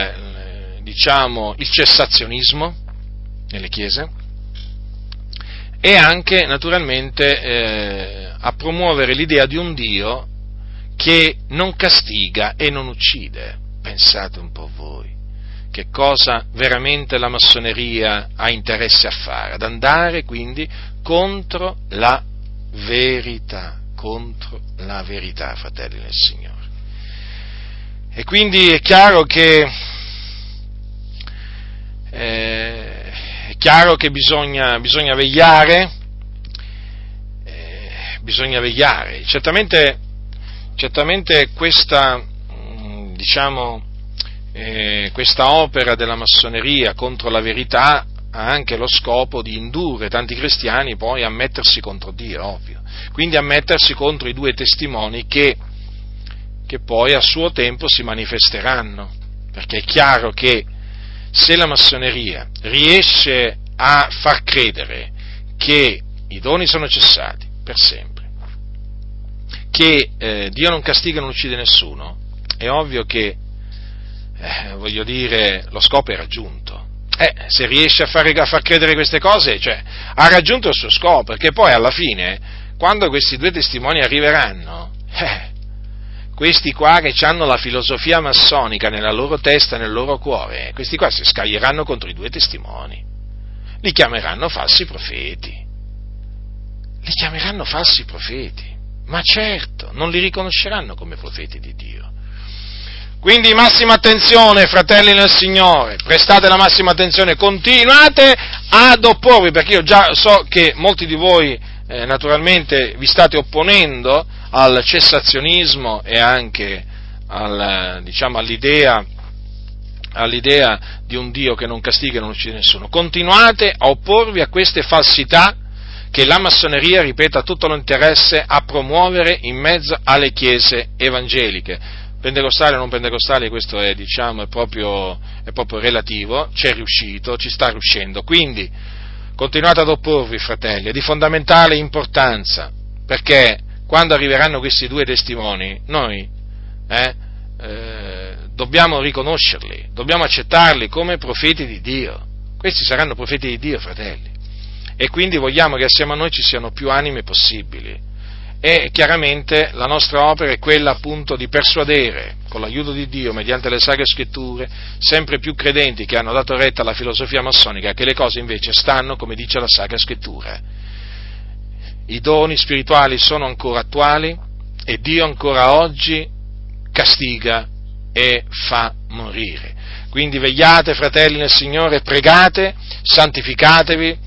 il, diciamo, il cessazionismo nelle chiese, e anche naturalmente eh, a promuovere l'idea di un Dio che non castiga e non uccide. Pensate un po' voi, che cosa veramente la massoneria ha interesse a fare, ad andare quindi contro la verità, contro la verità, fratelli nel Signore. E quindi è chiaro che eh, è chiaro che bisogna, bisogna vegliare, eh, bisogna vegliare. Certamente, certamente questa, diciamo, eh, questa opera della massoneria contro la verità ha anche lo scopo di indurre tanti cristiani poi a mettersi contro Dio, ovvio. Quindi a mettersi contro i due testimoni che, che poi a suo tempo si manifesteranno, perché è chiaro che se la massoneria riesce a far credere che i doni sono cessati per sempre, che eh, Dio non castiga e non uccide nessuno, è ovvio che, eh, voglio dire, lo scopo è raggiunto. Eh, se riesce a far, a far credere queste cose, cioè, ha raggiunto il suo scopo, perché poi alla fine, quando questi due testimoni arriveranno, eh, questi qua che hanno la filosofia massonica nella loro testa, nel loro cuore, questi qua si scaglieranno contro i due testimoni, li chiameranno falsi profeti, li chiameranno falsi profeti, ma certo, non li riconosceranno come profeti di Dio. Quindi massima attenzione, fratelli nel Signore, prestate la massima attenzione, continuate ad opporvi, perché io già so che molti di voi eh, naturalmente vi state opponendo al cessazionismo e anche al, diciamo, all'idea, all'idea di un Dio che non castiga e non uccide nessuno. Continuate a opporvi a queste falsità che la massoneria, ripeto, ha tutto l'interesse a promuovere in mezzo alle chiese evangeliche. Pentecostali o non pentecostali, questo è, diciamo, è proprio, è proprio relativo, ci è riuscito, ci sta riuscendo. Quindi continuate ad opporvi, fratelli, è di fondamentale importanza, perché quando arriveranno questi due testimoni, noi eh, eh, dobbiamo riconoscerli, dobbiamo accettarli come profeti di Dio. Questi saranno profeti di Dio, fratelli. E quindi vogliamo che assieme a noi ci siano più anime possibili. E chiaramente la nostra opera è quella appunto di persuadere, con l'aiuto di Dio, mediante le Sacre Scritture, sempre più credenti che hanno dato retta alla filosofia massonica, che le cose invece stanno come dice la Sacra Scrittura. I doni spirituali sono ancora attuali e Dio ancora oggi castiga e fa morire. Quindi vegliate, fratelli nel Signore, pregate, santificatevi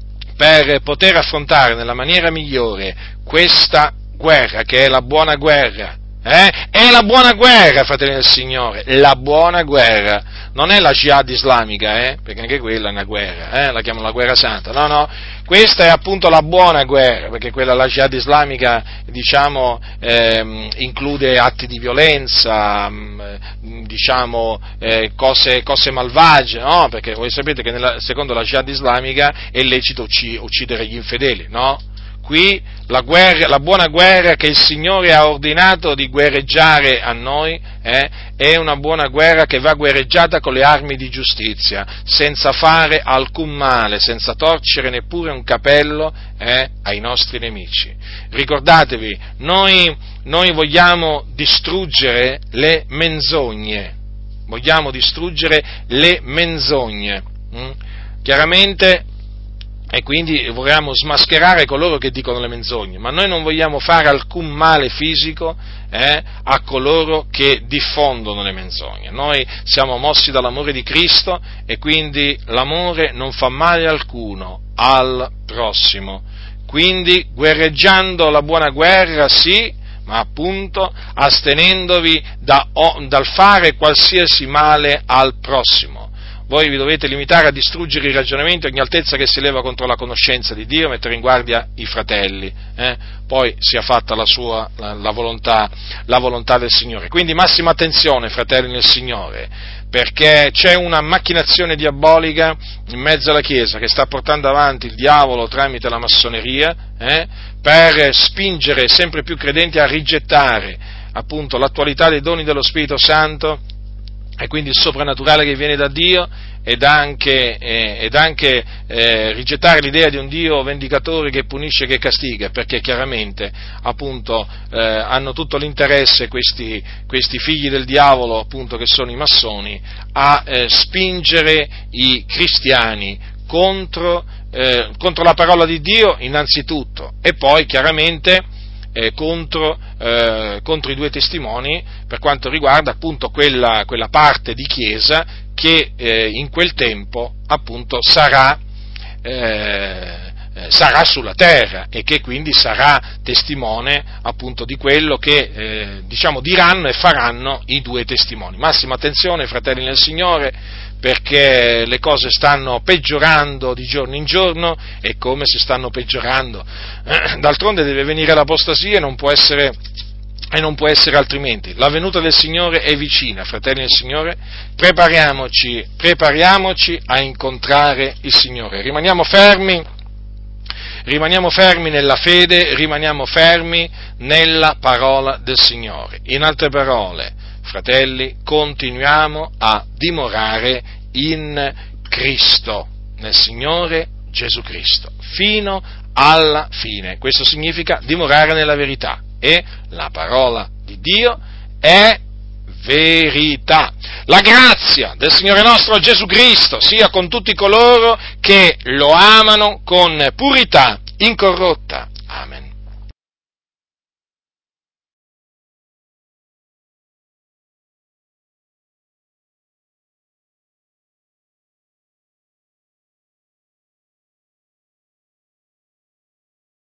per poter affrontare nella maniera migliore questa guerra, che è la buona guerra. Eh? È la buona guerra, fratelli del Signore, la buona guerra, non è la jihad islamica, eh? Perché anche quella è una guerra, eh? La chiamano la guerra santa, no, no, questa è appunto la buona guerra, perché quella, la jihad islamica, diciamo, ehm, include atti di violenza, mh, diciamo, eh, cose, cose malvagie, no? Perché voi sapete che nella, secondo la jihad islamica è lecito ucc- uccidere gli infedeli, no? Qui la, guerra, la buona guerra che il Signore ha ordinato di guerreggiare a noi eh, è una buona guerra che va guerreggiata con le armi di giustizia, senza fare alcun male, senza torcere neppure un capello eh, ai nostri nemici. Ricordatevi, noi, noi vogliamo distruggere le menzogne, vogliamo distruggere le menzogne, hm? Chiaramente. E quindi vogliamo smascherare coloro che dicono le menzogne, ma noi non vogliamo fare alcun male fisico eh, a coloro che diffondono le menzogne. Noi siamo mossi dall'amore di Cristo e quindi l'amore non fa male alcuno al prossimo. Quindi guerreggiando la buona guerra sì, ma appunto astenendovi da, dal fare qualsiasi male al prossimo. Voi vi dovete limitare a distruggere i ragionamenti e ogni altezza che si leva contro la conoscenza di Dio, mettere in guardia i fratelli, eh? Poi sia fatta la sua, la, la, volontà, la volontà del Signore. Quindi massima attenzione, fratelli nel Signore, perché c'è una macchinazione diabolica in mezzo alla Chiesa che sta portando avanti il diavolo tramite la massoneria, eh? per spingere sempre più credenti a rigettare appunto l'attualità dei doni dello Spirito Santo e quindi il soprannaturale che viene da Dio, ed anche, eh, ed anche eh, rigettare l'idea di un Dio vendicatore che punisce, che castiga, perché chiaramente appunto eh, hanno tutto l'interesse questi, questi figli del diavolo, appunto, che sono i massoni, a eh, spingere i cristiani contro, eh, contro la parola di Dio innanzitutto, e poi chiaramente Eh, contro, eh, contro i due testimoni, per quanto riguarda appunto quella, quella parte di Chiesa che eh, in quel tempo appunto sarà, eh, sarà sulla terra, e che quindi sarà testimone appunto di quello che eh, diciamo diranno e faranno i due testimoni. Massima attenzione, fratelli nel Signore, perché le cose stanno peggiorando di giorno in giorno, e come si stanno peggiorando. D'altronde deve venire l'apostasia, e non può essere, e non può essere altrimenti. La venuta del Signore è vicina, fratelli del Signore, prepariamoci, prepariamoci a incontrare il Signore. Rimaniamo fermi, rimaniamo fermi nella fede, rimaniamo fermi nella parola del Signore. In altre parole, fratelli, continuiamo a dimorare in Cristo, nel Signore Gesù Cristo, fino alla fine. Questo significa dimorare nella verità, e la parola di Dio è verità. La grazia del Signore nostro Gesù Cristo sia con tutti coloro che lo amano con purità incorrotta